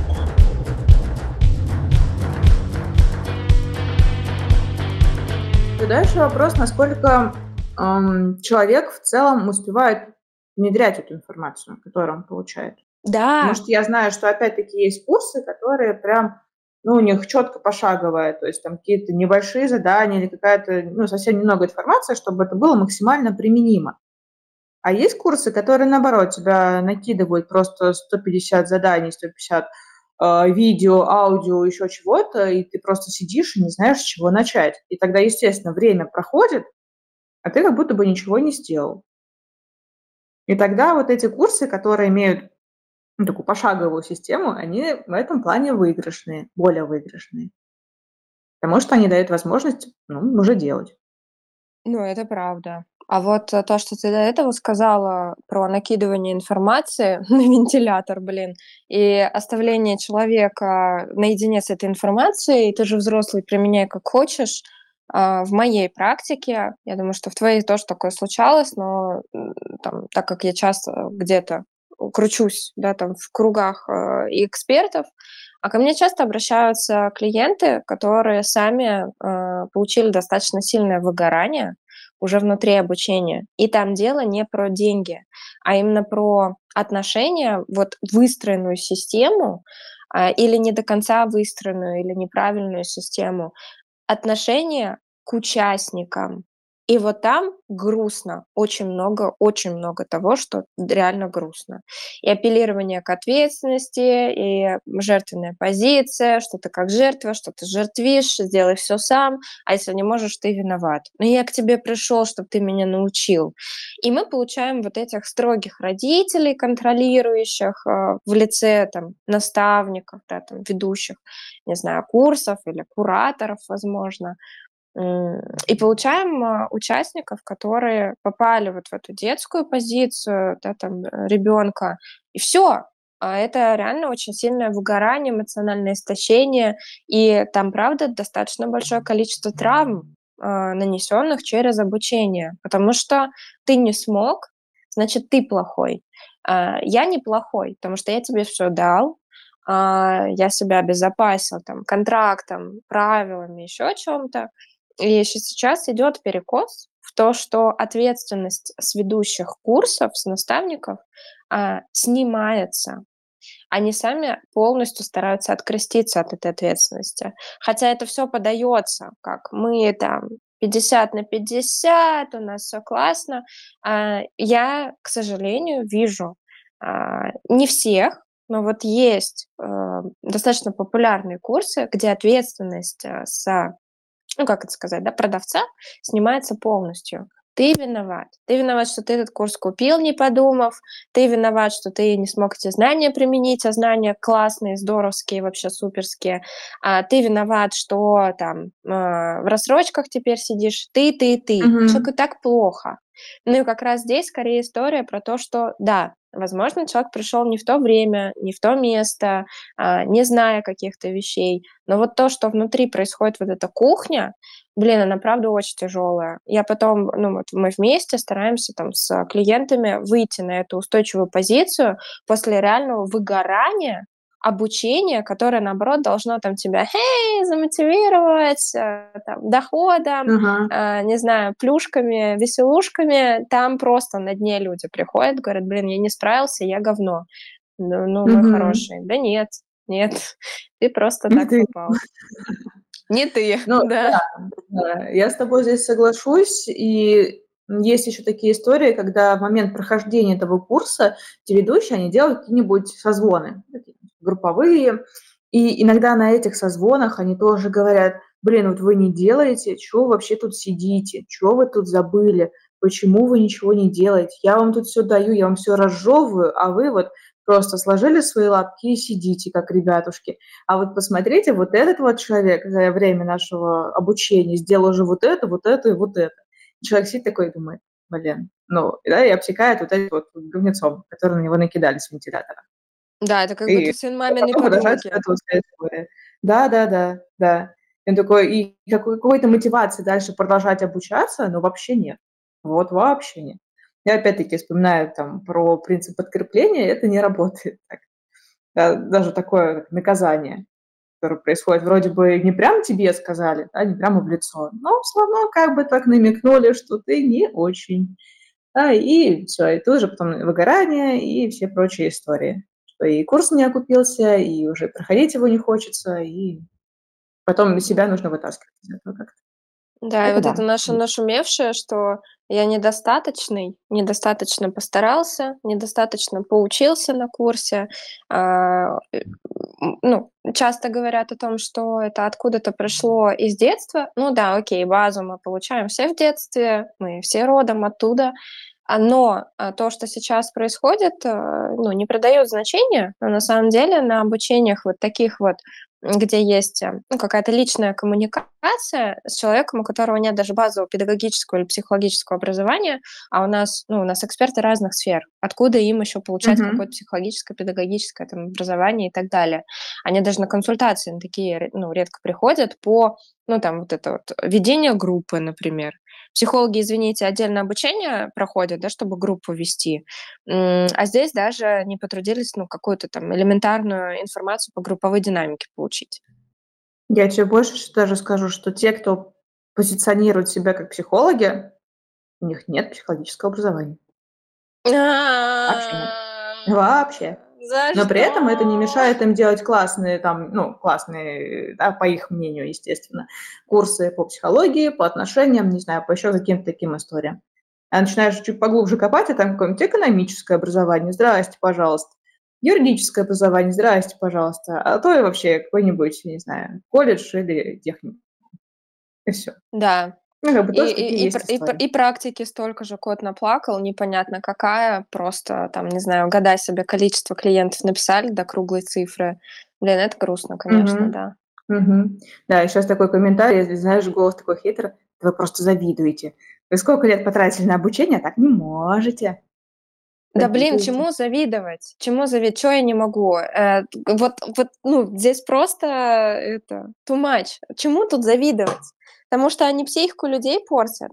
Speaker 1: Тогда еще вопрос, насколько, ам, человек в целом успевает внедрять эту информацию, которую он получает. Потому
Speaker 2: Да.
Speaker 1: что я знаю, что опять-таки есть курсы, которые прям, ну, у них четко пошаговое, то есть там какие-то небольшие задания или какая-то, ну, совсем немного информации, чтобы это было максимально применимо. А есть курсы, которые, наоборот, тебя накидывают просто сто пятьдесят заданий, сто пятьдесят, а, видео, аудио, еще чего-то, и ты просто сидишь и не знаешь, с чего начать. И тогда, естественно, время проходит, а ты как будто бы ничего не сделал. И тогда вот эти курсы, которые имеют, ну, такую пошаговую систему, они в этом плане выигрышные, более выигрышные. Потому что они дают возможность, ну, уже делать.
Speaker 2: Ну, это правда. А вот, э, то, что ты до этого сказала про накидывание информации на вентилятор, блин, и оставление человека наедине с этой информацией, ты же взрослый, применяй как хочешь. А, в моей практике, я думаю, что в твоей тоже такое случалось, но, м, там, так как я часто где-то кручусь, да, там, в кругах, э, экспертов, а ко мне часто обращаются клиенты, которые сами, э, получили достаточно сильное выгорание уже внутри обучения. И там дело не про деньги, а именно про отношения, вот выстроенную систему, а, или не до конца выстроенную, или неправильную систему, отношения к участникам. И вот там грустно. Очень много очень много того, что д реально грустно. И апеллирование к ответственности, и жертвенная позиция, что ты как жертва, что ты жертвишь, сделай всё сам, а если не можешь, ты виноват. Но я к тебе пришел, чтоб ты меня научил. И мы получаем вот этих строгих родителей, контролирующих, э, в лице там наставников, да, там, ведущих, не знаю, курсов или кураторов, возможно. М, и получаем, а, участников, которые попали вот в эту детскую позицию, да, там, э, ребенка, и всё. А это реально очень сильное выгорание, эмоциональное истощение, и там, правда, достаточно большое количество травм, а, нанесенных через обучение. Потому что ты не смог, значит, ты плохой. А, я не плохой, потому что я тебе всё дал, а, я себя обезопасил там контрактом, правилами, еще чем-то. И щ сейчас идет перекос в то, что ответственность с ведущих курсов, с наставников, а, снимается. Они сами полностью стараются откреститься от этой ответственности. Хотя это всё подается как: "Мы там пятьдесят на пятьдесят, у нас всё классно". А, я, к сожалению, вижу А, не всех, но вот есть, э, достаточно популярные курсы, где ответственность, э, с, ну, как это сказать, да, продавца снимается полностью. Ты виноват. Ты виноват, что ты этот курс купил, не подумав. Ты виноват, что ты не смог эти знания применить, а знания классные, здоровские, вообще суперские. А, ты виноват, что там, э, в рассрочках теперь сидишь. Ты, ты, ты. Человеку
Speaker 1: Мгм.
Speaker 2: и так плохо. Ну и как раз здесь скорее история про то, что да, возможно, человек пришел не в то время, не в то место, а, не зная каких-то вещей. Но вот то, что внутри происходит, вот эта кухня, блин, она правда очень тяжелая. Я потом, ну вот мы вместе стараемся там с клиентами выйти на эту устойчивую позицию после реального выгорания, обучения, которое, наоборот, должно там тебя, хей, замотивировать, э, там, доходом,
Speaker 1: Ага.
Speaker 2: э, не знаю, плюшками, веселушками. Там просто на дне люди приходят, говорят, блин, я не справился, я говно. Ну, ну, мой
Speaker 1: Мгм.
Speaker 2: хороший. Да нет, нет, ты просто
Speaker 1: Не
Speaker 2: так
Speaker 1: ты.
Speaker 2: попал. Не ты,
Speaker 1: Ну
Speaker 2: да.
Speaker 1: да, да, я с тобой здесь соглашусь. И есть еще такие истории, когда в момент прохождения этого курса те ведущие, они делают какие-нибудь созвоны, такие групповые. И иногда на этих созвонах они тоже говорят: "Блин, вот вы не делаете, чё вы вообще тут сидите? Чё вы тут забыли? Почему вы ничего не делаете? Я вам тут всё даю, я вам всё разжевываю, а вы вот просто сложили свои лапки и сидите, как ребятушки. А вот посмотрите, вот этот вот человек за время нашего обучения сделал уже вот это, вот это и вот это". Человек сидит такой и думает: "Блин". Ну да, и обтекает вот этим вот говнецом, который на него накидали с вентилятора.
Speaker 2: Да, это как
Speaker 1: И
Speaker 2: будто сын маминой
Speaker 1: потом продолжается вот
Speaker 2: подруги.
Speaker 1: эта вот вся история. Да-да-да, да. И он такой, и какой какой-то мотивации дальше продолжать обучаться, ну, вообще нет. Вот вообще нет. Я опять-таки вспоминаю там про принцип подкрепления, это не работает так. Да, даже такое как наказание, которое происходит, вроде бы не прям тебе сказали, да, не прямо в лицо, но всё равно как бы так намекнули, что ты не очень. Да, и всё, и тут же потом выгорание и все прочие истории, что и курс не окупился, и уже проходить его не хочется, и потом и себя нужно вытаскивать из этого как-то.
Speaker 2: Да, и
Speaker 1: Это
Speaker 2: вот это
Speaker 1: да.
Speaker 2: наше нашумевшее, что я недостаточный, недостаточно постарался, недостаточно поучился на курсе. А, э, м, ну, часто говорят о том, что это откуда-то пришло из детства. Ну да, окей, базу мы получаем все в детстве, мы все родом оттуда. А, но, а, то, что сейчас происходит, э, ну, не придает значения. Но на самом деле на обучениях вот таких вот, м, где есть, э, ну, какая-то личная коммуникация с человеком, у которого нет даже базового педагогического или психологического образования, а у нас, ну, у нас эксперты разных сфер. Откуда им еще получать какое-то
Speaker 1: Мгм.
Speaker 2: психологическое, педагогическое там образование и так далее? Они даже на консультации на такие ре ну, редко приходят по, ну, там вот это вот ведение группы, например. Психологи, извините, отдельное обучение проходят, да, чтобы группу вести, м, а здесь даже не потрудились, ну, какую-то там элементарную информацию по групповой динамике получить.
Speaker 1: Я тебе больше ш даже скажу, что те, кто позиционирует себя как психологи, у них нет психологического образования. Вообще нет.
Speaker 2: А,
Speaker 1: Вообще.
Speaker 2: за
Speaker 1: Но при этом это не
Speaker 2: что?
Speaker 1: мешает им делать классные там, ну, классные, да, по их мнению, естественно, курсы по психологии, по отношениям, не знаю, по еще каким-то таким историям. А начинаешь чуть поглубже копать, а там какое-нибудь экономическое образование. Здрасте, пожалуйста. Юридическое образование. Здрасте, пожалуйста. А то и вообще какой-нибудь, не знаю, колледж или техникум. И всё.
Speaker 2: Да.
Speaker 1: Ну, как бы
Speaker 2: И
Speaker 1: тоже такие
Speaker 2: и и пр
Speaker 1: есть
Speaker 2: и пр
Speaker 1: истории.
Speaker 2: и практики столько же кот наплакал, непонятно какая. Просто там, не знаю, года себе количество клиентов написали до круглой цифры. Блин, это грустно, конечно,
Speaker 1: Мгм.
Speaker 2: да.
Speaker 1: Мгм. Да, и щас такой комментарий, если знаешь, голос такой хитрый: "Вы просто завидуете. Вы сколько лет потратили на обучение, а так не можете.
Speaker 2: Да, блин,
Speaker 1: Завидуете".
Speaker 2: чему завидовать? Чему зави чё я не могу? Э, вот вот, ну, здесь просто это too much. Чему тут завидовать? Потому что они психику людей портят.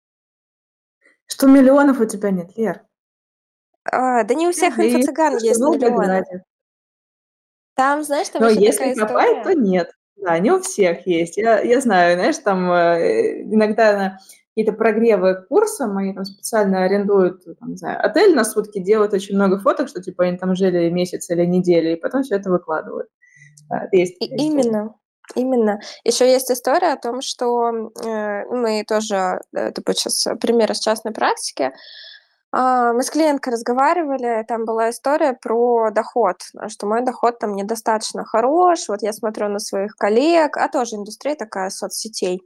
Speaker 1: Что миллионов у тебя нет, Лер.
Speaker 2: А, да не у всех
Speaker 1: И
Speaker 2: инфо-цыган
Speaker 1: то, что в
Speaker 2: есть миллионы.
Speaker 1: Волгограде.
Speaker 2: Там, знаешь, там
Speaker 1: Но
Speaker 2: еще
Speaker 1: если
Speaker 2: такая
Speaker 1: копать, то
Speaker 2: история.
Speaker 1: нет. Да, не у всех есть. Я я знаю, знаешь, там, э, иногда на какие-то прогревы к курсам они там специально арендуют, там, не знаю, отель на сутки, делают очень много фоток, что типа они там жили месяц или неделю, и потом всё это выкладывают. Да, это есть
Speaker 2: И
Speaker 1: такая история.
Speaker 2: именно, именно. Еще есть история о том, что, э, мы тоже, это будет щас пример из частной практики. А, мы с клиенткой разговаривали, там была история про доход, а, что мой доход там недостаточно хорош. Вот я смотрю на своих коллег, а тоже индустрия такая соцсетей.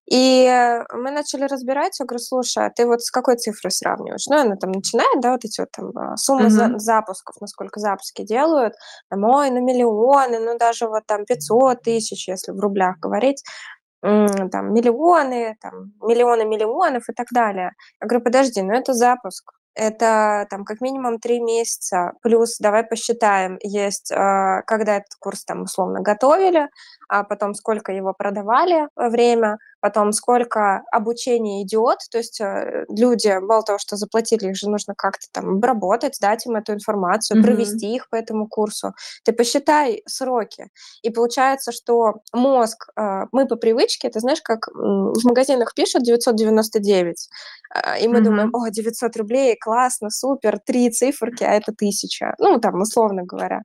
Speaker 2: И э, мы начали разбирать. Я говорю: "Слушай, а ты вот с какой цифрой сравниваешь?" Ну, она там начинает, да, вот эти вот там а, суммы за
Speaker 1: Мгм.
Speaker 2: запусков, насколько запуски делают. Там, ой, ну миллионы, ну даже вот там пятьсот тысяч, если в рублях говорить. М, там миллионы, там миллионы миллионов и так далее. Я говорю: "Подожди, ну это запуск, это там как минимум три месяца, плюс давай посчитаем, есть, а, когда этот курс там условно готовили, а потом сколько его продавали, э, время, потом сколько обучение идет". То есть, э, люди мало того, что заплатили, их же нужно как-то там обработать, дать им эту информацию,
Speaker 1: Мгм.
Speaker 2: провести их по этому курсу. Ты посчитай сроки. И получается, что мозг, а, мы по привычке, ты знаешь, как, м, в магазинах пишут девятьсот девяносто девять, а, и мы думаем:
Speaker 1: Мгм.
Speaker 2: "О, девятьсот рублей, классно, супер, три циферки, а это тысяча". Ну, там, условно говоря.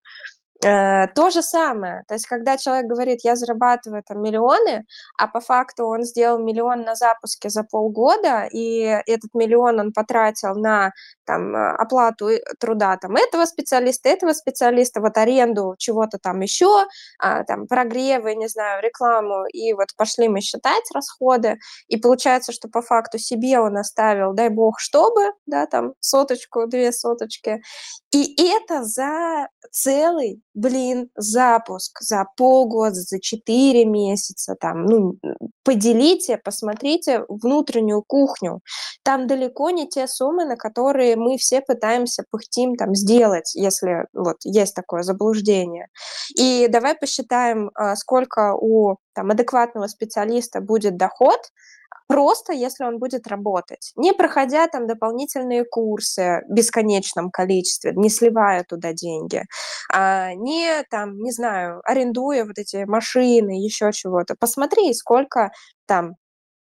Speaker 2: Э, то же самое. То есть когда человек говорит: "Я зарабатываю там миллионы", а по факту он сделал миллион на запуске за полгода, и этот миллион он потратил на там, э, оплату и труда там этого специалиста, этого специалиста, вот аренду чего-то там еще, а, там прогревы, не знаю, рекламу, и вот пошли мы считать расходы. И получается, что по факту себе он оставил, дай бог, чтобы, да, там соточку, две соточки. И это за целый, блин, запуск, за полгода, за четыре месяца там. Ну, м, поделите, посмотрите внутреннюю кухню. Там далеко не те суммы, на которые мы все пытаемся, пыхтим там сделать, если вот есть такое заблуждение. И давай посчитаем, а, сколько у там адекватного специалиста будет доход, просто если он будет работать, не проходя там дополнительные курсы в бесконечном количестве, не сливая туда деньги, а, не там, не знаю, арендуя вот эти машины, еще чего-то. Посмотри, сколько там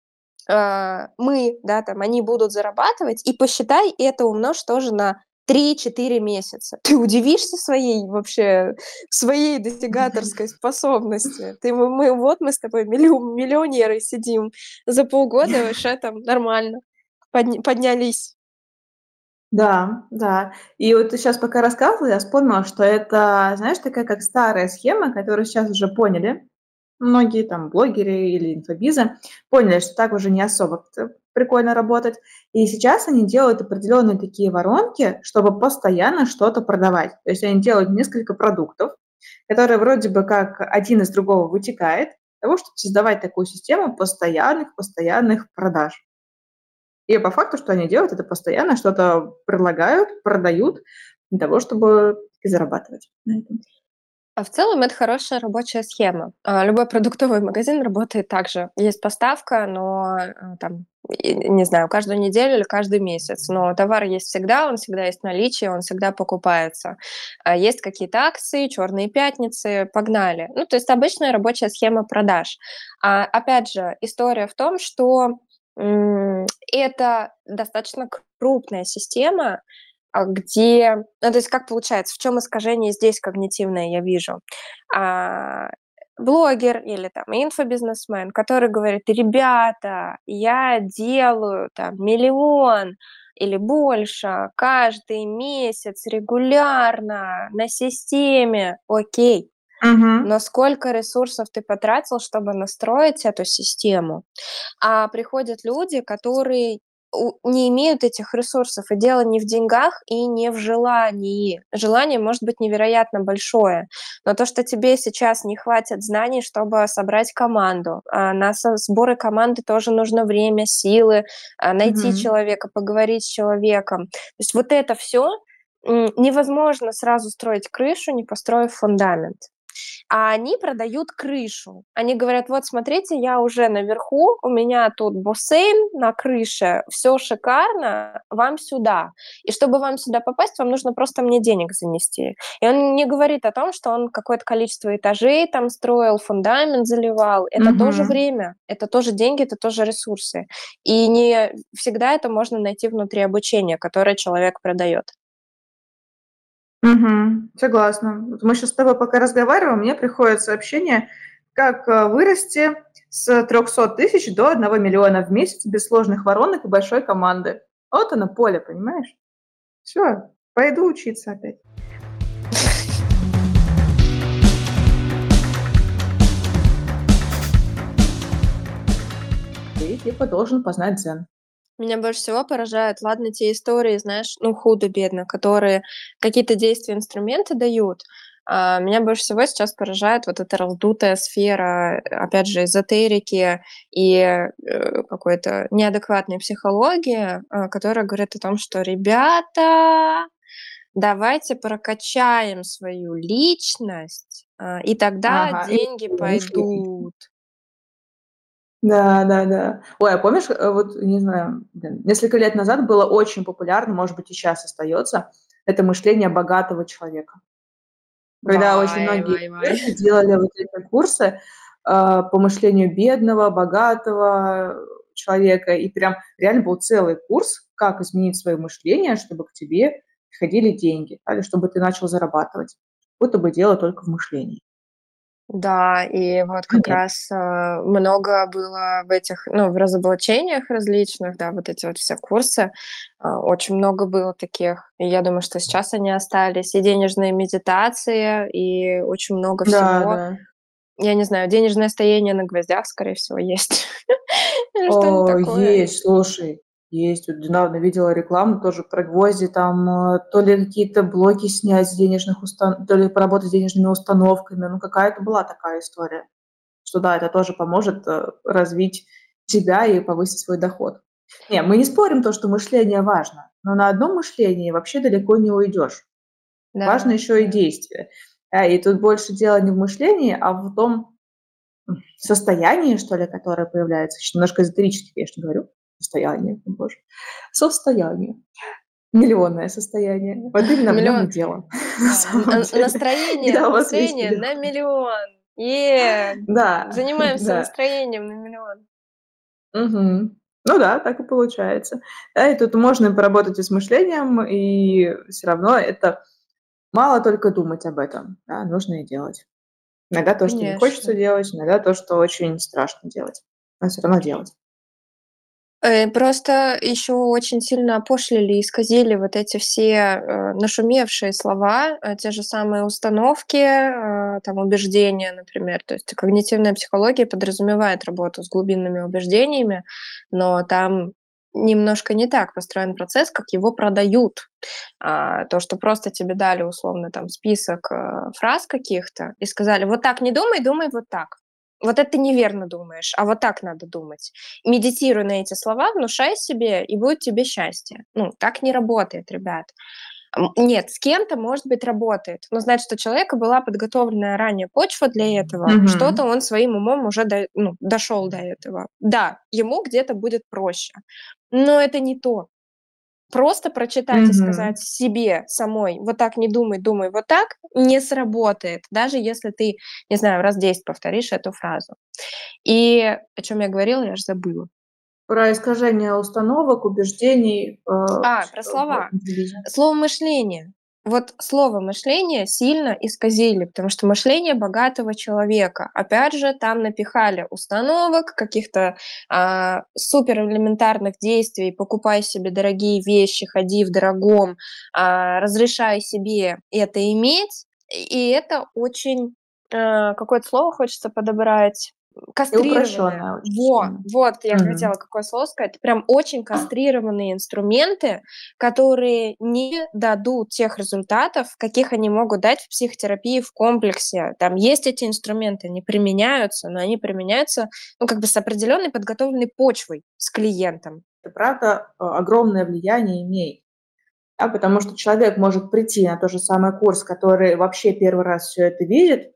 Speaker 2: а, мы, да, там, они будут зарабатывать, и посчитай это, умножь тоже на три-четыре месяца. Ты удивишься своей вообще, своей достигаторской способности. Ты, мы, мы- вот мы с тобой миллион, миллионеры сидим, за полгода вообще там нормально подня- поднялись.
Speaker 1: Да, да. И вот ты сейчас пока рассказывала, я вспомнила, что это, знаешь, такая как старая схема, которую сейчас уже поняли. Многие там блогеры или инфобизы поняли, что так уже не особо т- прикольно работать. И сейчас они делают определенные такие воронки, чтобы постоянно что-то продавать. То есть они делают несколько продуктов, которые вроде бы как один из другого вытекает, для того, чтобы создавать такую систему постоянных, постоянных продаж. И по факту, что они делают, это постоянно что-то предлагают, продают для того, чтобы и зарабатывать на этом.
Speaker 2: А в целом это хорошая рабочая схема. А, любой продуктовый магазин работает так же. Есть поставка, но, э, там, и не знаю, каждую неделю или каждый месяц, но товар есть всегда, он всегда есть в наличии, он всегда покупается. А, есть какие-то акции, черные пятницы, погнали. Ну, то есть обычная рабочая схема продаж. А, опять же, история в том, что, м, это достаточно крупная система, а, где ну, то есть как получается, в чем искажение здесь когнитивное я вижу? А, блогер или там инфобизнесмен, который говорит: "Ребята, я делаю там миллион или больше каждый месяц регулярно на системе". Окей,
Speaker 1: Мгм.
Speaker 2: но сколько ресурсов ты потратил, чтобы настроить эту систему? А приходят люди, которые у не имеют этих ресурсов. И дело не в деньгах и не в желании. Желание может быть невероятно большое, но то, что тебе сейчас не хватит знаний, чтобы собрать команду, а на со сборы команды тоже нужно время, силы, а, найти
Speaker 1: Мгм.
Speaker 2: человека, поговорить с человеком. То есть вот это все невозможно сразу строить крышу, не построив фундамент. А они продают крышу. Они говорят: "Вот смотрите, я уже наверху, у меня тут бассейн на крыше, все шикарно, вам сюда. И чтобы вам сюда попасть, вам нужно просто мне денег занести". И он не говорит о том, что он какое-то количество этажей там строил, фундамент заливал. Это тоже
Speaker 1: Мгм.
Speaker 2: время, это тоже деньги, это тоже ресурсы. И не всегда это можно найти внутри обучения, которое человек продает.
Speaker 1: Мгм. Согласна. Вот мы сейчас с тобой пока разговариваем, мне приходит сообщение, как, э, вырасти с трехсот тысяч до одного миллиона в месяц без сложных воронок и большой команды. Вот оно поле, понимаешь? Все, пойду учиться опять. Ты типа должен познать дзен.
Speaker 2: Меня больше всего поражает, ладно, те истории, знаешь, ну, худо-бедно, которые какие-то действия, инструменты дают. А, меня больше всего сейчас поражает вот эта раздутая сфера, э, опять же, эзотерики и э, какой-то неадекватной психологии, а, которая говорит о том, что, ребята, давайте прокачаем свою личность, а, и тогда
Speaker 1: Ага, и
Speaker 2: деньги
Speaker 1: лучше учить.
Speaker 2: пойдут.
Speaker 1: Да, да, да. Ой, а помнишь, э, вот, не знаю, блин, несколько лет назад было очень популярно, может быть, и сейчас остается, это мышление богатого человека. Когда очень
Speaker 2: Вай,
Speaker 1: многие
Speaker 2: вай, вай.
Speaker 1: эксперты делали вот эти курсы, а, по мышлению бедного, богатого человека, и прям реально был целый курс, как изменить свое мышление, чтобы к тебе приходили деньги, да, или чтобы ты начал зарабатывать. Будто бы дело только в мышлении.
Speaker 2: Да, и вот
Speaker 1: А
Speaker 2: как
Speaker 1: нет.
Speaker 2: раз, а, много было в этих, ну, в разоблачениях различных, да, вот эти вот все курсы, а, очень много было таких. И я думаю, что сейчас они остались. И денежные медитации, и очень много
Speaker 1: Да,
Speaker 2: всего.
Speaker 1: да.
Speaker 2: Я не знаю, денежное стояние на гвоздях, скорее всего, есть. Или что-то
Speaker 1: О,
Speaker 2: такое.
Speaker 1: есть, слушай, есть. Вот недавно видела рекламу тоже про гвозди, там, э, то ли какие-то блоки снять с денежных устан то ли поработать с денежными установками. Ну, какая-то была такая история, что да, это тоже поможет, э, развить тебя и повысить свой доход. Не, мы не спорим то, что мышление важно, но на одном мышлении вообще далеко не уйдешь. Важно
Speaker 2: Да,
Speaker 1: еще и
Speaker 2: да.
Speaker 1: действие. Да, и тут больше дело не в мышлении, а в том, м, состоянии, что ли, которое появляется. Щас немножко эзотерически, конечно, говорю. Состояние, о боже. Состояние. Миллионное состояние. Вот именно в нем и
Speaker 2: Миллион.
Speaker 1: дело на
Speaker 2: Да, н
Speaker 1: самом
Speaker 2: н
Speaker 1: деле,
Speaker 2: настроение
Speaker 1: когда у вас весь
Speaker 2: настроение
Speaker 1: миллион.
Speaker 2: на миллион. Е!
Speaker 1: Да,
Speaker 2: Занимаемся
Speaker 1: да.
Speaker 2: настроением на миллион.
Speaker 1: Мгм. Ну да, так и получается. Да, и тут можно поработать и с мышлением, и все равно это мало только думать об этом, да, нужно и делать. Иногда то, что не хочется
Speaker 2: Конечно.
Speaker 1: делать, иногда то, что очень страшно делать, но все равно делать.
Speaker 2: Э, просто еще очень сильно опошлили и исказили вот эти все, э, нашумевшие слова, э, те же самые установки, э, там, убеждения, например. То есть когнитивная психология подразумевает работу с глубинными убеждениями, но там немножко не так построен процесс, как его продают. А, то, что просто тебе дали условно там список, э, фраз каких-то и сказали: "Вот так не думай, думай вот так. Вот это ты неверно думаешь, а вот так надо думать. Медитируй на эти слова, внушай себе, и будет тебе счастье". Ну, так не работает, ребят. М, нет, с кем-то, может быть, работает, но значит, у человека была подготовленная ранее почва для этого, что-то
Speaker 1: Мгм.
Speaker 2: он своим умом уже до ну, дошел до этого. Да, ему где-то будет проще, но это не то. Просто прочитать и
Speaker 1: Мгм.
Speaker 2: сказать себе самой: "Вот так не думай, думай вот так", не сработает, даже если ты, не знаю, раз десять повторишь эту фразу. И о чем я говорила, я аж забыла.
Speaker 1: Про искажение установок, убеждений, э,
Speaker 2: А,
Speaker 1: вс
Speaker 2: про
Speaker 1: в
Speaker 2: слова.
Speaker 1: интеллиже
Speaker 2: Слово "мышление". Вот слово "мышление" сильно исказили, потому что мышление богатого человека. Опять же, там напихали установок, каких-то, а, суперэлементарных действий: покупай себе дорогие вещи, ходи в дорогом, а, разрешай себе это иметь. И это очень, э, какое-то слово хочется подобрать,
Speaker 1: и
Speaker 2: кастрированное.
Speaker 1: упрощенная очень
Speaker 2: Во,
Speaker 1: сильно.
Speaker 2: вот я
Speaker 1: Мгм.
Speaker 2: хотела какое слово сказать. Прям очень кастрированные инструменты, которые не дадут тех результатов, каких они могут дать в психотерапии в комплексе. Там есть эти инструменты, они применяются, но они применяются, ну, как бы с определенной подготовленной почвой, с клиентом.
Speaker 1: Это правда, э, огромное влияние имеет, да, потому что человек может прийти на тот же самый курс, который вообще первый раз все это видит,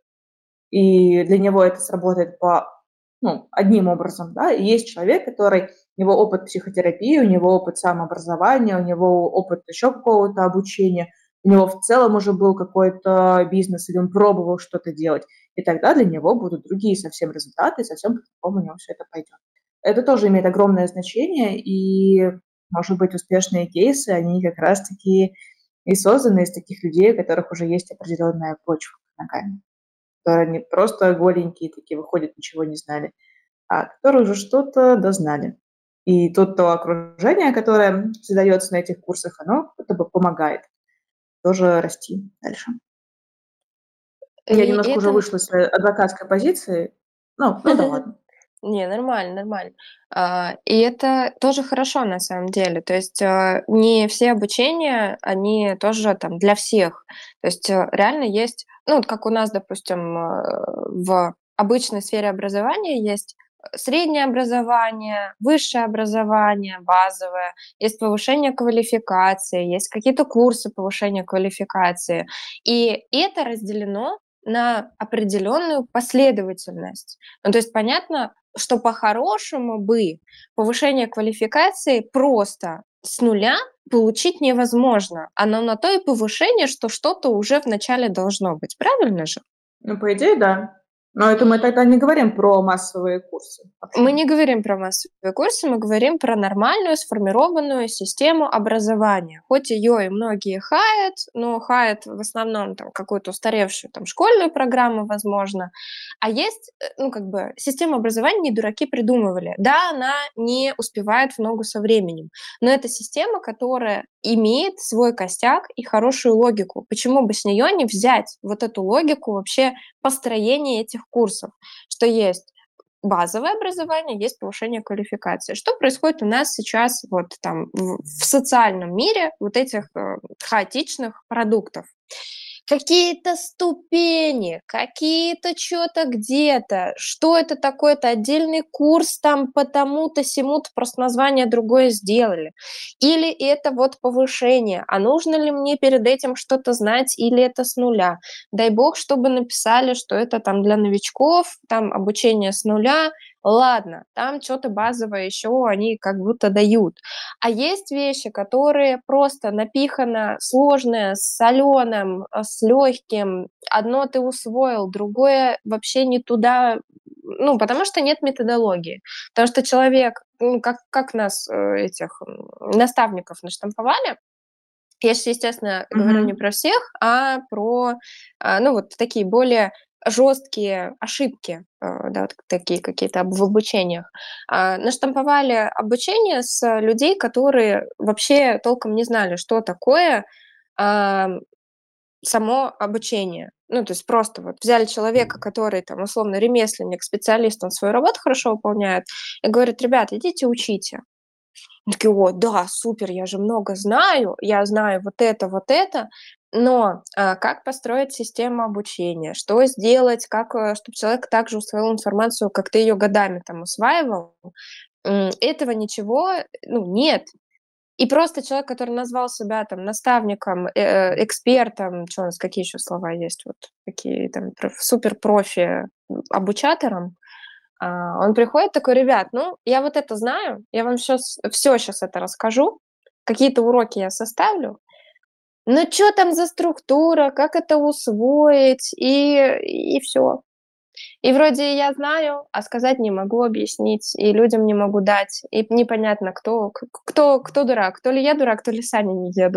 Speaker 1: и для него это сработает по ну, одним образом, да. И есть человек, который у него опыт психотерапии, у него опыт самообразования, у него опыт еще какого-то обучения, у него в целом уже был какой-то бизнес, или он пробовал что-то делать. И тогда для него будут другие совсем результаты, и совсем по-другому у него все это пойдет. Это тоже имеет огромное значение, и, может быть, успешные кейсы, они как раз-таки и созданы из таких людей, у которых уже есть определенная почва под ногами, которые не просто голенькие такие выходят, ничего не знали, а которые уже что-то дознали. И тут то окружение, которое создается на этих курсах, оно будто бы помогает тоже расти дальше. Я
Speaker 2: И
Speaker 1: немножко уже
Speaker 2: это
Speaker 1: вышла из своей адвокатской позиции. Ну ну да ладно.
Speaker 2: Не, нормально, нормально. А, и это тоже хорошо на самом деле. То есть, а, не все обучения, они тоже там для всех. То есть, э, реально есть, ну, вот как у нас, допустим, э, в обычной сфере образования есть, э, среднее образование, высшее образование, базовое, есть повышение квалификации, есть какие-то курсы повышения квалификации. И это разделено на определенную последовательность. Ну, то есть понятно, что по-хорошему бы повышение квалификации просто с нуля получить невозможно. Оно на то и повышение, что что-то уже вначале должно быть. Правильно же?
Speaker 1: Ну, по идее, да. Но это мы тогда не говорим про массовые курсы
Speaker 2: Мы
Speaker 1: вообще.
Speaker 2: не говорим про массовые курсы, мы говорим про нормальную сформированную систему образования. Хоть ее и многие хаят, но хаят в основном там какую-то устаревшую там школьную программу, возможно. А есть, э, ну, как бы, система образования не дураки придумывали. Да, она не успевает в ногу со временем, но это система, которая имеет свой костяк и хорошую логику. Почему бы с нее не взять вот эту логику вообще построения этих курсов? Что есть базовое образование, есть повышение квалификации. Что происходит у нас сейчас вот там в в социальном мире вот этих, э, хаотичных продуктов? Какие-то ступени, какие-то чё-то где-то. Что это такое? Это отдельный курс там по тому-то, сему-то, просто название другое сделали. Или это вот повышение. А нужно ли мне перед этим что-то знать, или это с нуля? Дай бог, чтобы написали, что это там для новичков, там обучение с нуля. Ладно, там чё-то базовое еще они как будто дают. А есть вещи, которые просто напихано сложное с солёным, э, с лёгким. Одно ты усвоил, другое вообще не туда. Ну, потому что нет методологии. Потому что человек, ну, как как нас, э, этих, м, наставников наштамповали. Я щас, естественно, говорю не
Speaker 1: Мгм.
Speaker 2: про всех, а про, а, ну, вот такие более жесткие ошибки, э, да, вот такие какие-то об в обучениях. А, наштамповали обучение с людей, которые вообще толком не знали, что такое, ам, само обучение. Ну, то есть просто вот взяли человека, который там условно ремесленник, специалист, он свою работу хорошо выполняет, и говорит: "Ребят, идите учите". Они такие: "О да, супер, я же много знаю, я знаю вот это, вот это". Но, а, как построить систему обучения? Что сделать? Как, э, чтоб человек также усвоил информацию, как ты ее годами там усваивал? М, этого ничего, э, ну, нет. И просто человек, который назвал себя там наставником, э, экспертом, чё у нас, какие еще слова есть, вот такие там проф суперпрофи, м, обучатором, а, он приходит такой: "Ребят, ну, я вот это знаю, я вам щас всё щас это расскажу, какие-то уроки я составлю, но чё там за структура, как это усвоить?" И и всё. И вроде я знаю, а сказать не могу, объяснить, и людям не могу дать. И непонятно, кто к кто кто дурак. То ли я дурак, то ли сани не едут.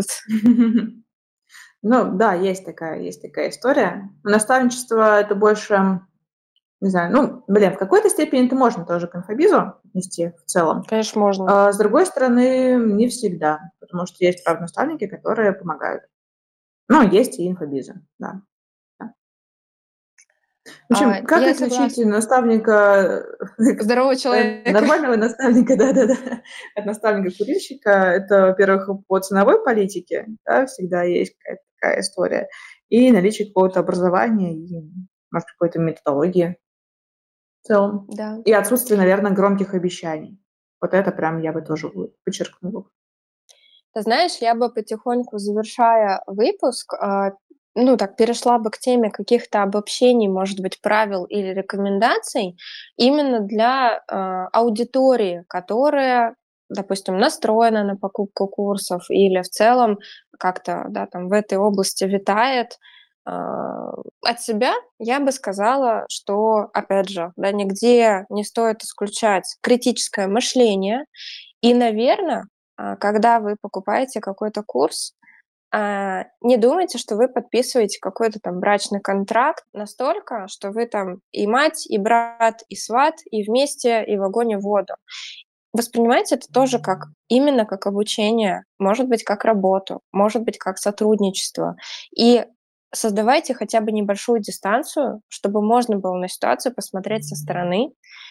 Speaker 1: Ну да, есть такая есть такая история. Наставничество- это больше, не знаю, ну, блин, в какой-то степени это можно тоже к инфобизу отнести в целом.
Speaker 2: Конечно, можно.
Speaker 1: А с другой стороны, не всегда, потому что есть, правда, наставники, которые помогают. Но есть и инфобизы, да, да. В
Speaker 2: А,
Speaker 1: общем, как
Speaker 2: я
Speaker 1: отличить
Speaker 2: согласна.
Speaker 1: наставника,
Speaker 2: Здорового
Speaker 1: э,
Speaker 2: человека.
Speaker 1: нормального наставника, да-да-да, от наставника-курильщика? Это, во-первых, по ценовой политике, да, всегда есть какая-то такая история, и наличие какого-то образования и, может, какой-то методологии в целом.
Speaker 2: Да.
Speaker 1: И отсутствие, наверно, громких обещаний. Вот это прям я бы тоже бы подчеркнула.
Speaker 2: Ты знаешь, я бы потихоньку, завершая выпуск, а, ну, так перешла бы к теме каких-то обобщений, может быть, правил или рекомендаций именно для, а, аудитории, которая, допустим, настроена на покупку курсов или в целом как-то, да, там в этой области витает. А, от себя я бы сказала, что, опять же, да, нигде не стоит исключать критическое мышление. И, наверно, а, когда вы покупаете какой-то курс, а, не думайте, что вы подписываете какой-то там брачный контракт настолько, что вы там и мать, и брат, и сват, и вместе, и в огонь, и в воду. воспринимайте это тоже как именно как обучение, может быть, как работу, может быть, как сотрудничество. И создавайте хотя бы небольшую дистанцию, чтобы можно было на ситуацию посмотреть со стороны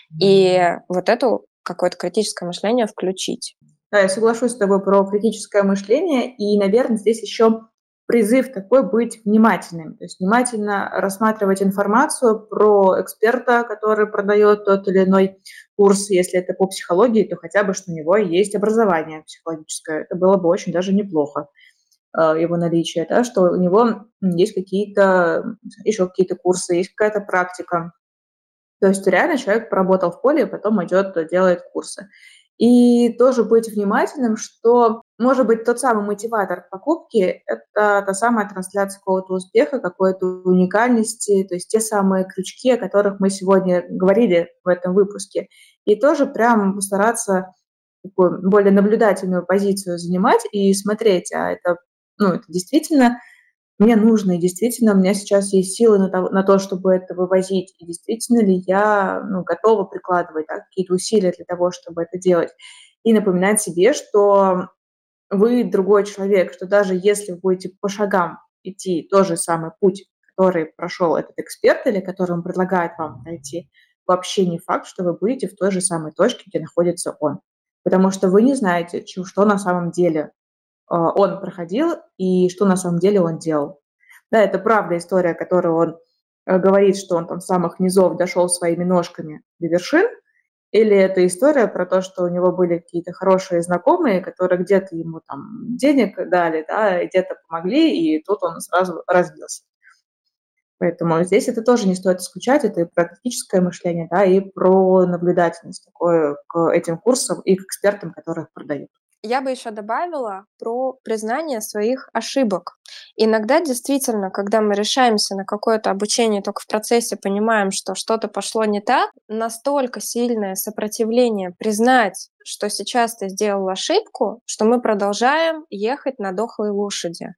Speaker 2: и вот эту какое-то критическое мышление включить.
Speaker 1: Да, я соглашусь с тобой про критическое мышление, и, наверное, здесь еще призыв такой быть внимательным, то есть внимательно рассматривать информацию про эксперта, который продает тот или иной курс, если это по психологии, то хотя бы, что у него есть образование психологическое, это было бы очень даже неплохо, э, его наличие, да, что у него есть какие-то, еще какие-то курсы, есть какая-то практика, то есть реально человек поработал в поле, и потом идет, делает курсы. И тоже быть внимательным, что, может быть, тот самый мотиватор к покупке– это та самая трансляция какого-то успеха, какой-то уникальности, то есть те самые крючки, о которых мы сегодня говорили в этом выпуске. И тоже прям постараться такую более наблюдательную позицию занимать и смотреть, а это, ну, это действительно мне нужно, и действительно у меня сейчас есть силы на то, на то, чтобы это вывозить, и действительно ли я, ну, готова прикладывать, да, какие-то усилия для того, чтобы это делать. И напоминать себе, что вы другой человек, что даже если вы будете по шагам идти тот же самый путь, который прошел этот эксперт или который он предлагает вам пройти, вообще не факт, что вы будете в той же самой точке, где находится он. Потому что вы не знаете, чё- что на самом деле а, он проходил и что на самом деле он делал. Да, это правда история, которую он э, говорит, что он там с самых низов дошел своими ножками до вершин, или это история про то, что у него были какие-то хорошие знакомые, которые где-то ему там денег дали, да, и где-то помогли, и тут он сразу разбился. Поэтому здесь это тоже не стоит исключать, это и про критическое мышление, да, и про наблюдательность такое к этим курсам и к экспертам, которых продают.
Speaker 2: Я бы еще добавила про признание своих ошибок. Иногда действительно, когда мы решаемся на какое-то обучение, только в процессе понимаем, что что-то пошло не так, настолько сильное сопротивление признать, что сейчас ты сделал ошибку, что мы продолжаем ехать на дохлой лошади.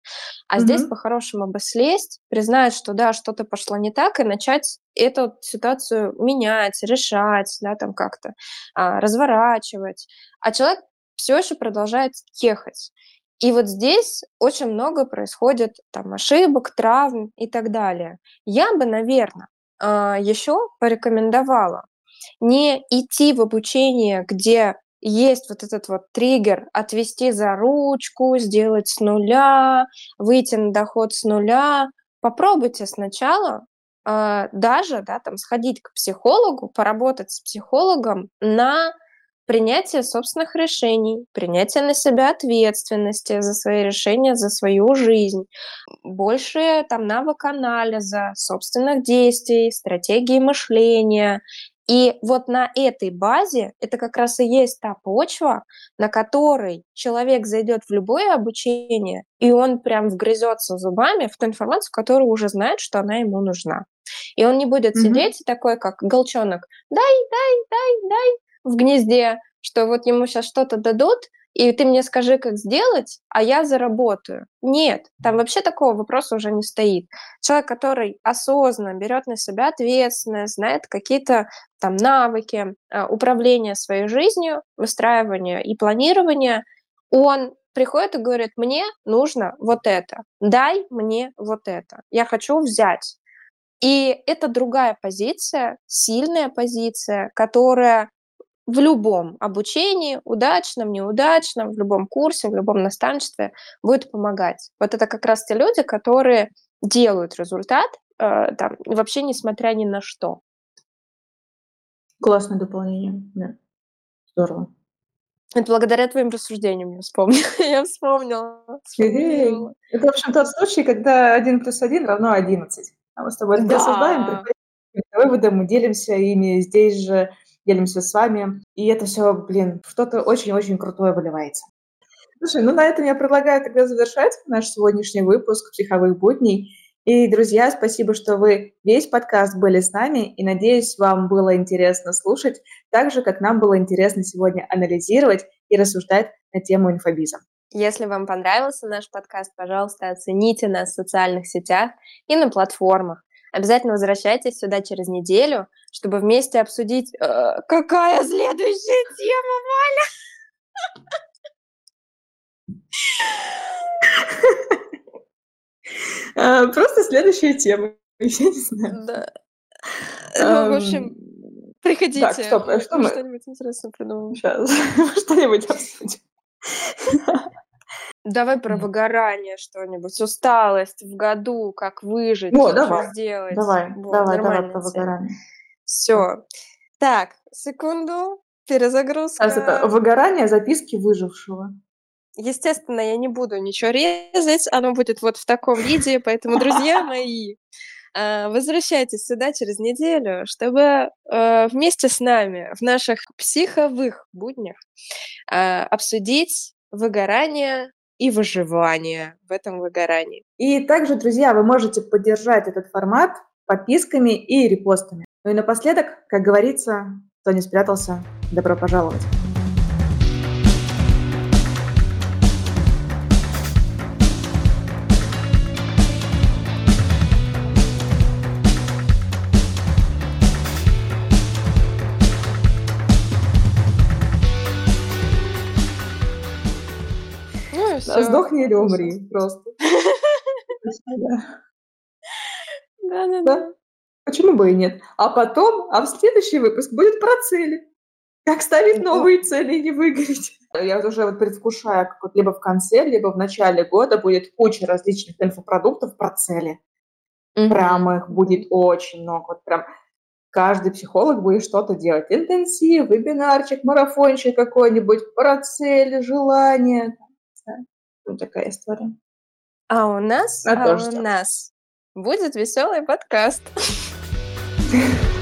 Speaker 2: А здесь
Speaker 1: Мгм.
Speaker 2: по-хорошему бы слезть, признать, что да, что-то пошло не так, и начать эту ситуацию менять, решать, да, там как-то а, разворачивать. А человек все еще продолжает ехать. И вот здесь очень много происходит там ошибок, травм и так далее. Я бы, наверное, еще порекомендовала не идти в обучение, где есть вот этот вот триггер отвести за ручку, сделать с нуля, выйти на доход с нуля. Попробуйте сначала а, даже, да, там, сходить к психологу, поработать с психологом на принятие собственных решений, принятие на себя ответственности за свои решения, за свою жизнь, больше там навык анализа, собственных действий, стратегии мышления. И вот на этой базе это как раз и есть та почва, на которой человек зайдет в любое обучение, и он прям вгрызется зубами в ту информацию, которую уже знает, что она ему нужна. И он не будет
Speaker 1: Мгм.
Speaker 2: сидеть такой, как голчонок, дай, дай, дай, дай, в гнезде, что вот ему сейчас что-то дадут, и ты мне скажи, как сделать, а я заработаю. Нет, там вообще такого вопроса уже не стоит. Человек, который осознанно берет на себя ответственность, знает какие-то там навыки а, управления своей жизнью, выстраивания и планирования, он приходит и говорит, мне нужно вот это, дай мне вот это, я хочу взять. И это другая позиция, сильная позиция, которая в любом обучении, удачном, неудачном, в любом курсе, в любом наставничестве будет помогать. Вот это как раз те люди, которые делают результат, э, там, вообще несмотря ни на что.
Speaker 1: Классное дополнение. Да, здорово.
Speaker 2: Это благодаря твоим рассуждениям я вспомнила. Я вспомнила,
Speaker 1: Эй,
Speaker 2: сформулировала.
Speaker 1: это, в общем, тот случай, когда один плюс один равно одиннадцать. А мы с тобой так рассуждаем,
Speaker 2: Да.
Speaker 1: приходим к выводам, мы делимся ими здесь же, делимся с вами. И это все, блин, что-то очень-очень крутое выливается. Слушай, ну на этом я предлагаю тогда завершать наш сегодняшний выпуск «Психовых будней». И, друзья, спасибо, что вы весь подкаст были с нами, и, надеюсь, вам было интересно слушать, так же, как нам было интересно сегодня анализировать и рассуждать на тему инфобиза.
Speaker 2: Если вам понравился наш подкаст, пожалуйста, оцените нас в социальных сетях и на платформах. Обязательно возвращайтесь сюда через неделю, чтобы вместе обсудить, э, какая следующая тема, Валя.
Speaker 1: А, Просто следующая тема. Я не знаю.
Speaker 2: Да. Ну, в общем,
Speaker 1: Ам,
Speaker 2: приходите,
Speaker 1: Так, стоп, а
Speaker 2: мы,
Speaker 1: что
Speaker 2: мы
Speaker 1: мы
Speaker 2: что-нибудь интересное придумаем.
Speaker 1: сейчас что-нибудь обсудим?
Speaker 2: Давай про выгорание что-нибудь, усталость в году, как выжить,
Speaker 1: О,
Speaker 2: что
Speaker 1: давай,
Speaker 2: сделать.
Speaker 1: давай,
Speaker 2: Вот,
Speaker 1: давай, давай
Speaker 2: нормальная
Speaker 1: про
Speaker 2: тема.
Speaker 1: выгорание.
Speaker 2: Все. Так, секунду,
Speaker 1: Сейчас это
Speaker 2: перезагрузка.
Speaker 1: выгорание, записки выжившего.
Speaker 2: Естественно, я не буду ничего резать, оно будет вот в таком виде, поэтому, друзья мои, э, возвращайтесь сюда через неделю, чтобы э, вместе с нами в наших психовых буднях э, обсудить выгорание и выживание в этом выгорании.
Speaker 1: И также, друзья, вы можете поддержать этот формат подписками и репостами. Ну и напоследок, как говорится, кто не спрятался, добро пожаловать.
Speaker 2: Ну и
Speaker 1: Да,
Speaker 2: все.
Speaker 1: Сдохни или умри просто. Да.
Speaker 2: Да-да-да.
Speaker 1: Да. Почему бы и нет? А потом, а в следующий выпуск будет про цели. Как ставить
Speaker 2: Ну,
Speaker 1: новые цели и не выгореть. Я вот уже вот предвкушаю, как вот либо в конце, либо в начале года будет куча различных инфопродуктов про цели. Прям
Speaker 2: мгм.
Speaker 1: их будет очень много. Вот прям каждый психолог будет что-то делать. Интенсив, вебинарчик, марафончик какой-нибудь, про цели, желания. Да. Вот такая история.
Speaker 2: А у нас,
Speaker 1: А
Speaker 2: а
Speaker 1: тоже
Speaker 2: у
Speaker 1: делать.
Speaker 2: нас будет веселый подкаст.